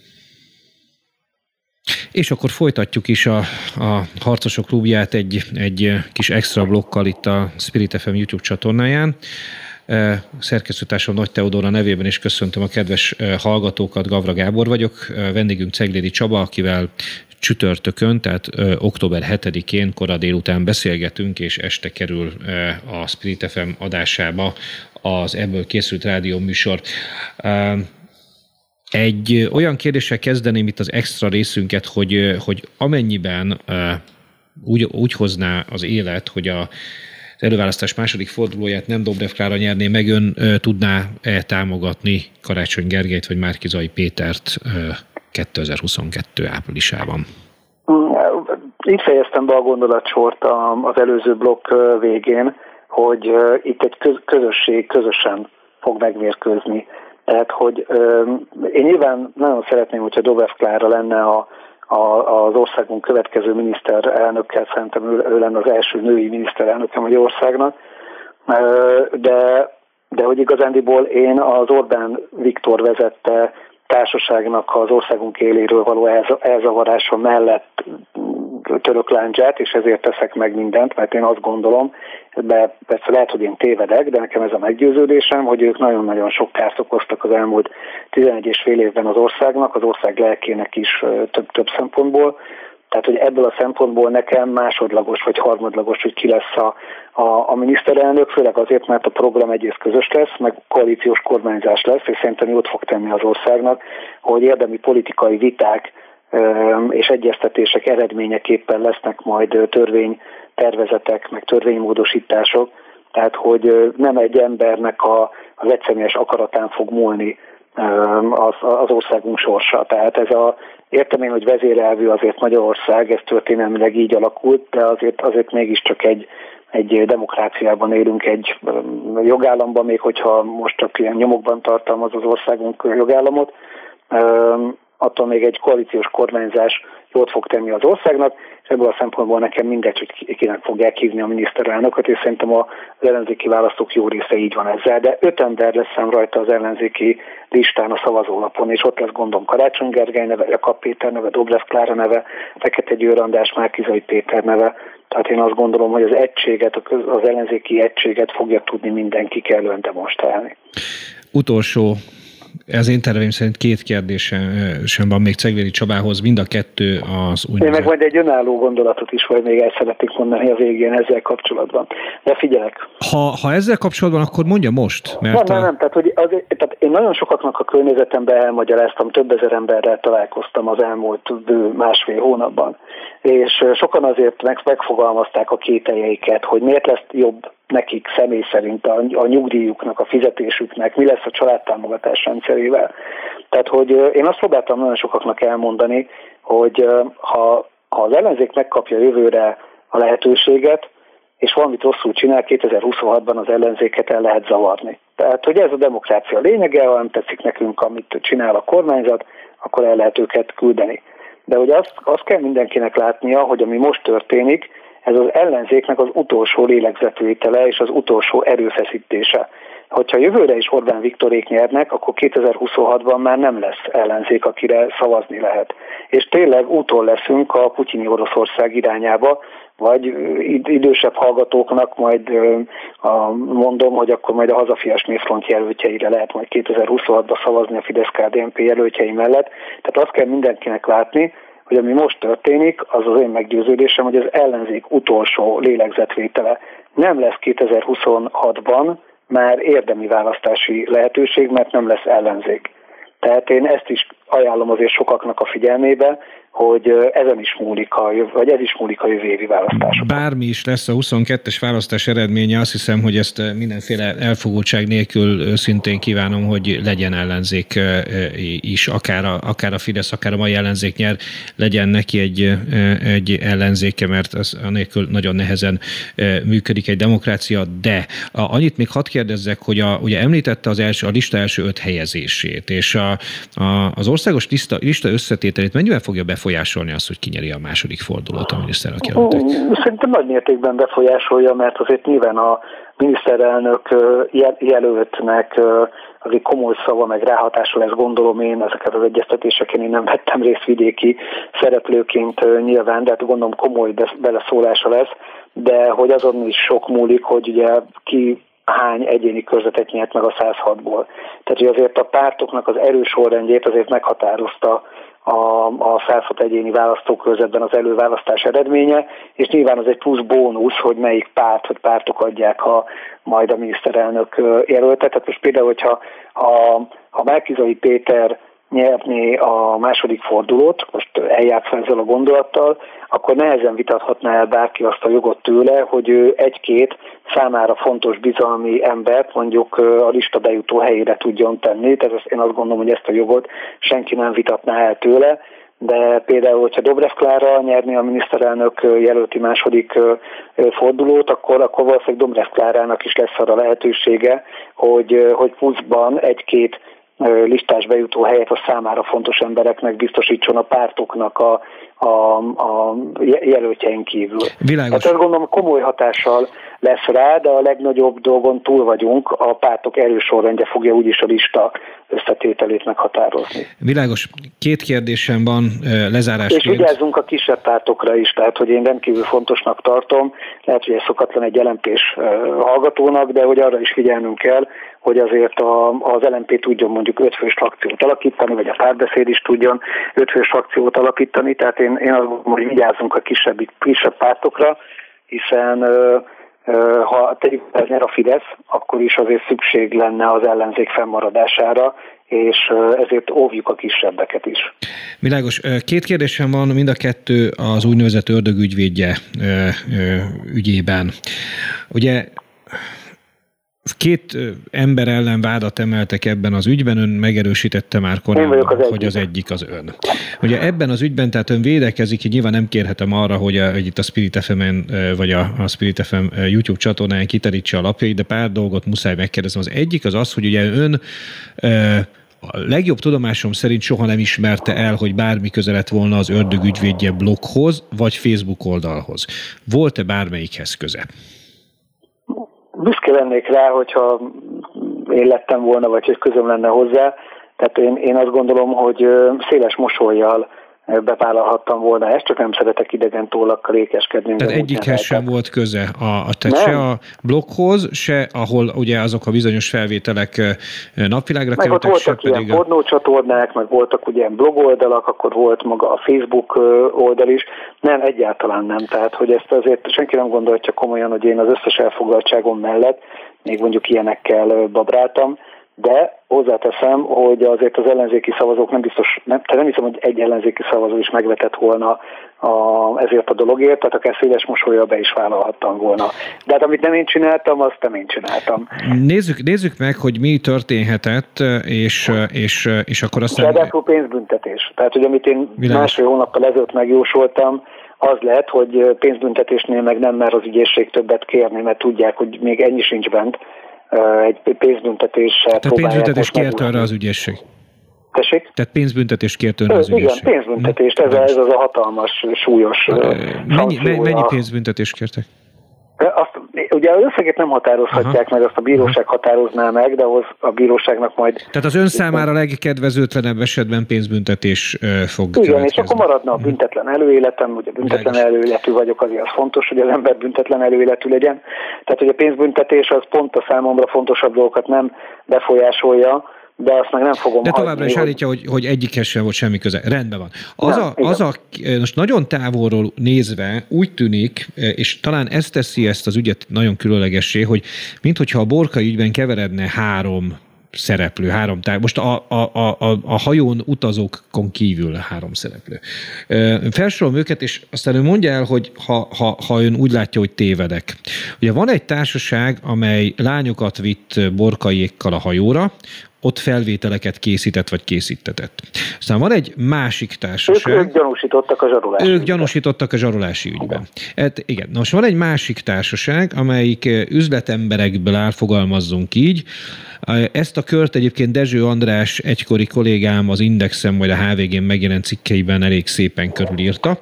És akkor folytatjuk is a Harcosok Klubját egy kis extra blokkal itt a Spirit FM YouTube csatornáján. Szerkesztőtársam Nagy Teodóra nevében is köszöntöm a kedves hallgatókat, Gavra Gábor vagyok, vendégünk Ceglédi Csaba, akivel csütörtökön, tehát október 7-én kora délután beszélgetünk, és este kerül a Spirit FM adásába az ebből készült rádióműsor. Egy olyan kérdéssel kezdeném itt az extra részünket, hogy amennyiben úgy hozná az élet, hogy az előválasztás második fordulóját nem Dobrev Klára nyerné meg, ön tudná támogatni Karácsony Gergelyt vagy Márki-Zay Pétert 2022 áprilisában? Így fejeztem be a gondolatsort az előző blokk végén, hogy itt egy közösség közösen fog megmérkőzni. Tehát, hogy én nyilván nagyon szeretném, hogyha Dobrev Klára lenne az országunk következő miniszterelnökkel, szerintem ő lenne az első női miniszterelnöke Magyarországnak, de hogy igazándiból én az Orbán Viktor vezette társaságnak az országunk éléről való elzavarása mellett török lándzsát, és ezért teszek meg mindent, mert én azt gondolom, de persze lehet, hogy én tévedek, de nekem ez a meggyőződésem, hogy ők nagyon-nagyon sok kárt okoztak az elmúlt 11 és fél évben az országnak, az ország lelkének is több szempontból. Tehát, hogy ebből a szempontból nekem másodlagos vagy harmadlagos, hogy ki lesz a miniszterelnök, főleg azért, mert a program egyrészt közös lesz, meg koalíciós kormányzás lesz, és szerintem jót fog tenni az országnak, hogy érdemi politikai viták és egyeztetések eredményeképpen lesznek majd törvénytervezetek, meg törvénymódosítások, tehát hogy nem egy embernek az egyszemélyes akaratán fog múlni az országunk sorsa. Tehát értem én, hogy vezérelvű azért Magyarország, ez történelmileg így alakult, de azért mégiscsak egy demokráciában élünk, egy jogállamban, még hogyha most csak ilyen nyomokban tartalmaz az országunk jogállamot, attól még egy koalíciós kormányzás jót fog tenni az országnak, és ebből a szempontból nekem mindegy, hogy kinek fogják hívni a miniszterelnököt, és szerintem az ellenzéki választók jó része így van ezzel, de 5 ember lesz szám rajta az ellenzéki listán a szavazólapon, és ott lesz gondom Karácsony Gergely neve, Jakab Péter neve, Dobrev Klára neve, Fekete Győr András, Márki-Zay Péter neve. Tehát én azt gondolom, hogy az ellenzéki egységet fogja tudni mindenki kellően demonstrálni. Utolsó, az én terveim szerint 2 kérdésem van még Ceglédi Csabához, mind a 2 az úgynevezett... Én meg majd egy önálló gondolatot is vagy még el szeretnék mondani a végén ezzel kapcsolatban. De figyelek. Ha ezzel kapcsolatban, akkor mondja most. Mert nem. Tehát én nagyon sokaknak a környezetemben elmagyaráztam, több ezer emberrel találkoztam az elmúlt bő 1,5 hónapban. És sokan azért megfogalmazták a kételjeiket, hogy miért lesz jobb nekik személy szerint a nyugdíjuknak, a fizetésüknek, mi lesz a családtámogatás rendszerével. Tehát, hogy én azt próbáltam nagyon sokaknak elmondani, hogy ha az ellenzék megkapja jövőre a lehetőséget, és valamit rosszul csinál, 2026-ban az ellenzéket el lehet zavarni. Tehát, hogy ez a demokrácia lényege, ha nem tetszik nekünk, amit csinál a kormányzat, akkor el lehet őket küldeni. De hogy azt kell mindenkinek látnia, hogy ami most történik, ez az ellenzéknek az utolsó lélegzetvétele és az utolsó erőfeszítése. Hogyha jövőre is Orbán Viktorék nyernek, akkor 2026-ban már nem lesz ellenzék, akire szavazni lehet. És tényleg úton leszünk a putyini Oroszország irányába, vagy idősebb hallgatóknak majd mondom, hogy akkor majd a Hazafias Népfront jelöltjeire lehet majd 2026-ban szavazni a Fidesz-KDNP jelöltjei mellett. Tehát azt kell mindenkinek látni, hogy ami most történik, az az én meggyőződésem, hogy az ellenzék utolsó lélegzetvétele. Nem lesz 2026-ban már érdemi választási lehetőség, mert nem lesz ellenzék. Tehát én ezt is ajánlom azért sokaknak a figyelmébe, hogy ezen is múlik ez is múlik a jövő évi választások. Bármi is lesz a 22-es választás eredménye, azt hiszem, hogy ezt mindenféle elfogultság nélkül őszintén kívánom, hogy legyen ellenzék is, akár a Fidesz, akár a mai ellenzék nyer, legyen neki egy ellenzéke, mert az anélkül nagyon nehezen működik egy demokrácia, de annyit még hadd kérdezzek, hogy ugye említette a lista első 5 helyezését, és az országos lista összetételét mennyivel fogja befolyásolni azt, hogy kinyeri a második fordulót a miniszterelnök jelöltek? Szerintem nagy mértékben befolyásolja, mert azért nyilván a miniszterelnök jelöltnek azért komoly szava, meg ráhatása lesz, gondolom én, ezeket az egyeztetéseken én nem vettem részt vidéki szereplőként nyilván, de hát gondolom komoly beleszólása lesz, de hogy azon is sok múlik, hogy ugye ki hány egyéni körzetet nyert meg a 106-ból. Tehát, hogy azért a pártoknak az erős sorrendjét azért meghatározta a 106 egyéni választókörzetben az előválasztás eredménye, és nyilván az egy plusz bónusz, hogy melyik pártok adják majd a miniszterelnök jelöltet. Tehát most például, hogyha Márki-Zay Péter nyerni a második fordulót, most eljátszva ezzel a gondolattal, akkor nehezen vitathatná el bárki azt a jogot tőle, hogy ő egy-két számára fontos bizalmi embert mondjuk a lista bejutó helyére tudjon tenni. Tehát én azt gondolom, hogy ezt a jogot senki nem vitatná el tőle, de például, hogyha Dobrev Klára nyerni a miniszterelnök jelölti második fordulót, akkor valószínűleg Dobrev Klárának is lesz arra lehetősége, hogy pluszban egy-két listás bejutó helyet a számára fontos embereknek biztosítson a pártoknak a jelöltjeink kívül. Világos. Hát azt gondolom, komoly hatással lesz rá, de a legnagyobb dolgon túl vagyunk, a pártok erős sorrendje fogja úgyis a lista összetételét meghatározni. Világos. 2 kérdésem van lezárásként. És vigyázzunk a kisebb pártokra is, tehát hogy én rendkívül fontosnak tartom, lehet, hogy ez szokatlan egy LMP-s hallgatónak, de hogy arra is figyelnünk kell, hogy azért az LMP tudjon mondjuk 5 fős frakciót alakítani, vagy a Párbeszéd is tudjon 5 fős frakciót alakítani, tehát én azt gondolom, hogy vigyázzunk a kisebb pártokra, hiszen ha tegyük nyer a Fidesz, akkor is azért szükség lenne az ellenzék fennmaradására, és ezért óvjuk a kisebbeket is. Világos. 2 kérdésem van, mind a 2 az úgynevezett ördögügyvédje ügyében. Ugye 2 ember ellen vádat emeltek ebben az ügyben, ön megerősítette már korábban, hogy az egyik az ön. Ugye ebben az ügyben, tehát ön védekezik, így nyilván nem kérhetem arra, hogy itt a Spirit FM-en, vagy a Spirit FM YouTube csatornán kiterítse a lapjait, de pár dolgot muszáj megkérdeznem. Az egyik az, hogy ugye ön a legjobb tudomásom szerint soha nem ismerte el, hogy bármi köze lett volna az ördögügyvédje bloghoz, vagy Facebook oldalhoz. Volt-e bármelyikhez köze? Büszke lennék rá, hogyha én lettem volna, vagy hogy közöm lenne hozzá. Tehát én azt gondolom, hogy széles mosollyal bevállalhattam volna ezt, csak nem szeretek idegen tollakkal ékeskedni. Tehát egyikhez sem volt köze se a bloghoz, se ahol ugye azok a bizonyos felvételek napvilágra meg kerültek, ott voltak ilyen pornócsatornák, meg voltak ugye blogoldalak, akkor volt maga a Facebook oldal is. Nem, egyáltalán nem. Tehát, hogy ezt azért senki nem gondolhatja komolyan, hogy én az összes elfoglaltságom mellett még mondjuk ilyenekkel babráltam, de hozzáteszem, hogy azért az ellenzéki szavazók nem hiszem, hogy egy ellenzéki szavazó is megvetett volna ezért a dologért, tehát akár széles mosollyal be is vállalhattam volna. De hát amit nem én csináltam, azt nem én csináltam. Nézzük meg, hogy mi történhetett, és akkor aztán... Ráadásul pénzbüntetés. Tehát, hogy amit én másfél hónappal ezelőtt megjósoltam, az lehet, hogy pénzbüntetésnél meg nem mer az ügyészség többet kérni, mert tudják, hogy még ennyi sincs bent. Egy pénzbüntetéssel próbálják. Tehát pénzbüntetést kért arra az ügyészség? Tessék? Tehát pénzbüntetést kért arra az ügyészség? Igen, pénzbüntetést. Ez az a hatalmas, súlyos Mennyi pénzbüntetést kértek? Ugye az összeget nem határozhatják meg, azt a bíróság határozná meg, de ahhoz a bíróságnak majd... Tehát az ön számára legkedvezőtlenebb esetben pénzbüntetés fog Igen, és akkor maradna a büntetlen előéletem, ugye büntetlen előéletű vagyok, azért az fontos, hogy az ember büntetlen előéletű legyen. Tehát, hogy a pénzbüntetés az pont a számomra fontosabb dolgokat nem befolyásolja, de azt meg nem fogom de továbbra is állítja, hogy egyikhez sem volt semmi köze. Rendben van. Most nagyon távolról nézve úgy tűnik, és talán ez teszi ezt az ügyet nagyon különlegessé, hogy minthogyha a Borkai ügyben keveredne 3 szereplő, most a hajón utazókon kívül 3 szereplő. Felsorolom őket, és aztán ő mondja el, hogy ha ön úgy látja, hogy tévedek. Ugye van egy társaság, amely lányokat vitt Borkaiékkal a hajóra, ott felvételeket készített vagy készítetett. Aztán van egy másik társaság. Ők gyanúsítottak a zsarolási ügyben. Ők gyanúsítottak a zsarolási ügyben. Hát igen. Most van egy másik társaság, amelyik üzletemberekből áll, fogalmazzunk így. Ezt a kört egyébként Dezső András egykori kollégám az Indexen, majd a HVG-n megjelent cikkeiben elég szépen körülírta.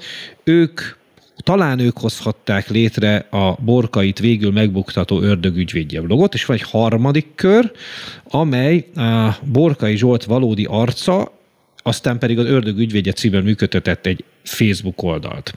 Talán ők hozhatták létre a Borkait végül megbuktató ördögügyvédje blogot, és van egy harmadik kör, amely a Borkai Zsolt valódi arca, aztán pedig az ördögügyvédje címmel működtetett egy Facebook oldalt.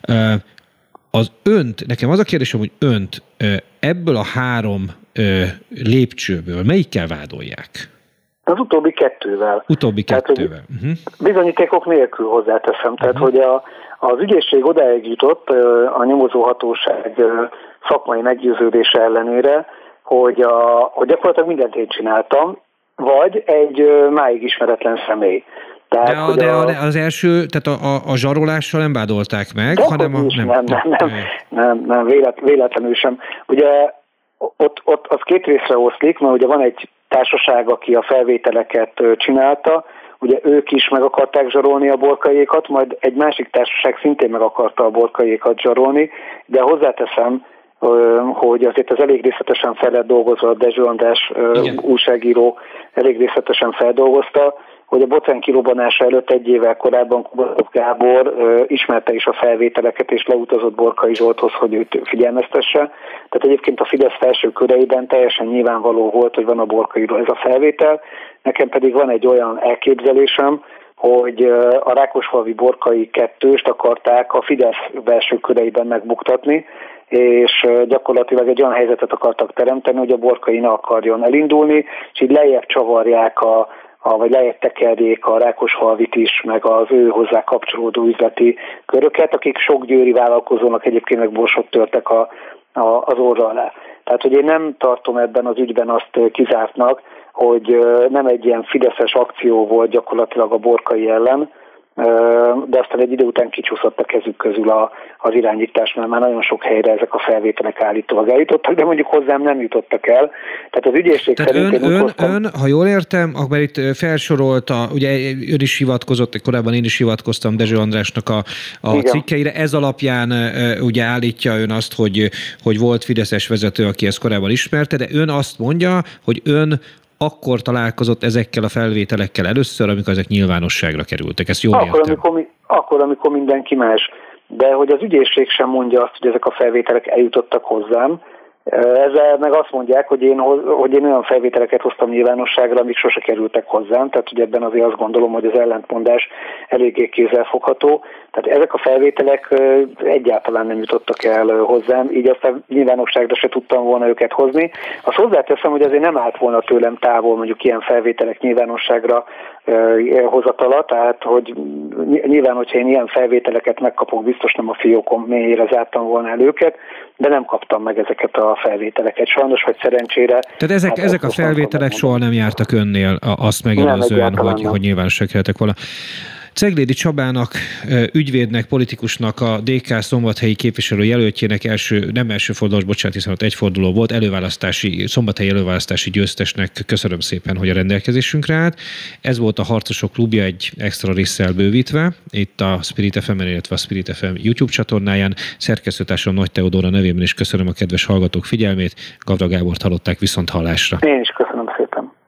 Nekem az a kérdésem, hogy önt ebből a 3 lépcsőből melyikkel vádolják? Az utóbbi 2-vel. Tehát, bizonyítékok nélkül hozzáteszem. Tehát, hogy az ügyészség odáig jutott a nyomozóhatóság szakmai meggyőződése ellenére, hogy gyakorlatilag mindent én csináltam, vagy egy máig ismeretlen személy. Tehát, de az első, tehát a zsarolással nem vádolták meg, hanem nem, véletlenül sem. Ugye ott az 2 részre oszlik, mert ugye van egy társaság, aki a felvételeket csinálta, ugye ők is meg akarták zsarolni a Borkaiékat, majd egy másik társaság szintén meg akarta a Borkaiékat zsarolni, de hozzáteszem, hogy azért ez elég részletesen fel lett dolgozva, a Dezső András újságíró elég részletesen feldolgozta, hogy a botrány kirobbanása előtt egy évvel korábban Kubatov Gábor ismerte is a felvételeket, és leutazott Borkai Zsolthoz, hogy őt figyelmeztesse. Tehát egyébként a Fidesz felső köreiben teljesen nyilvánvaló volt, hogy van a Borkairól ez a felvétel. Nekem pedig van egy olyan elképzelésem, hogy a Rákosfalvi Borkai kettőst akarták a Fidesz belső köreiben megbuktatni, és gyakorlatilag egy olyan helyzetet akartak teremteni, hogy a Borkai ne akarjon elindulni, és így lejjebb csavarják vagy lejjebb tekerjék a Rákosfalvit is, meg az ő hozzá kapcsolódó üzleti köröket, akik sok győri vállalkozónak egyébként meg borsot törtek az orra alá. Tehát, hogy én nem tartom ebben az ügyben azt kizártnak, hogy nem egy ilyen fideszes akció volt gyakorlatilag a Borkai ellen, de aztán egy idő után kicsúszott a kezük közül az irányítás, mert már nagyon sok helyre ezek a felvételek állítólag eljutottak, de mondjuk hozzám nem jutottak el. Tehát az ügyészség szerint... Ön, ha jól értem, akkor itt felsorolta, ugye ön is hivatkozott, korábban én is hivatkoztam Dezső Andrásnak a cikkeire, ez alapján ugye állítja ön azt, hogy volt fideszes vezető, aki ezt korábban ismerte, de ön azt mondja, hogy ön akkor találkozott ezekkel a felvételekkel először, amikor ezek nyilvánosságra kerültek. Ezt jól értem? Akkor, amikor mindenki más. De hogy az ügyészség sem mondja azt, hogy ezek a felvételek eljutottak hozzám. Ezzel meg azt mondják, hogy én olyan felvételeket hoztam nyilvánosságra, amik sose kerültek hozzám, tehát hogy ebben azért azt gondolom, hogy az ellentmondás eléggé kézzelfogható. Tehát ezek a felvételek egyáltalán nem jutottak el hozzám, így aztán nyilvánosságra se tudtam volna őket hozni. Azt hozzáteszem, hogy azért nem állt volna tőlem távol mondjuk ilyen felvételek nyilvánosságra hozatala, tehát hogy nyilván, hogyha én ilyen felvételeket megkapok, biztos nem a fiókom mélyére zártam volna el őket, de nem kaptam meg ezeket a felvételeket, sajnos vagy szerencsére. Tehát ezek a felvételek soha nem jártak önnél, azt megelőzően, hogy nyilvánosságra kerültek volna. Ceglédi Csabának, ügyvédnek, politikusnak, a DK szombathelyi képviselő jelöltjének nem első fordulós, bocsánat, hiszen ott egyforduló volt, szombathelyi előválasztási győztesnek köszönöm szépen, hogy a rendelkezésünkre állt. Ez volt a Harcosok Klubja egy extra résszel bővítve, itt a Spirit FM-en, illetve a Spirit FM YouTube csatornáján. Szerkesztőtársam Nagy Teodóra nevében is köszönöm a kedves hallgatók figyelmét. Gavda Gábort hallották, viszont hallásra. Én is köszönöm szépen.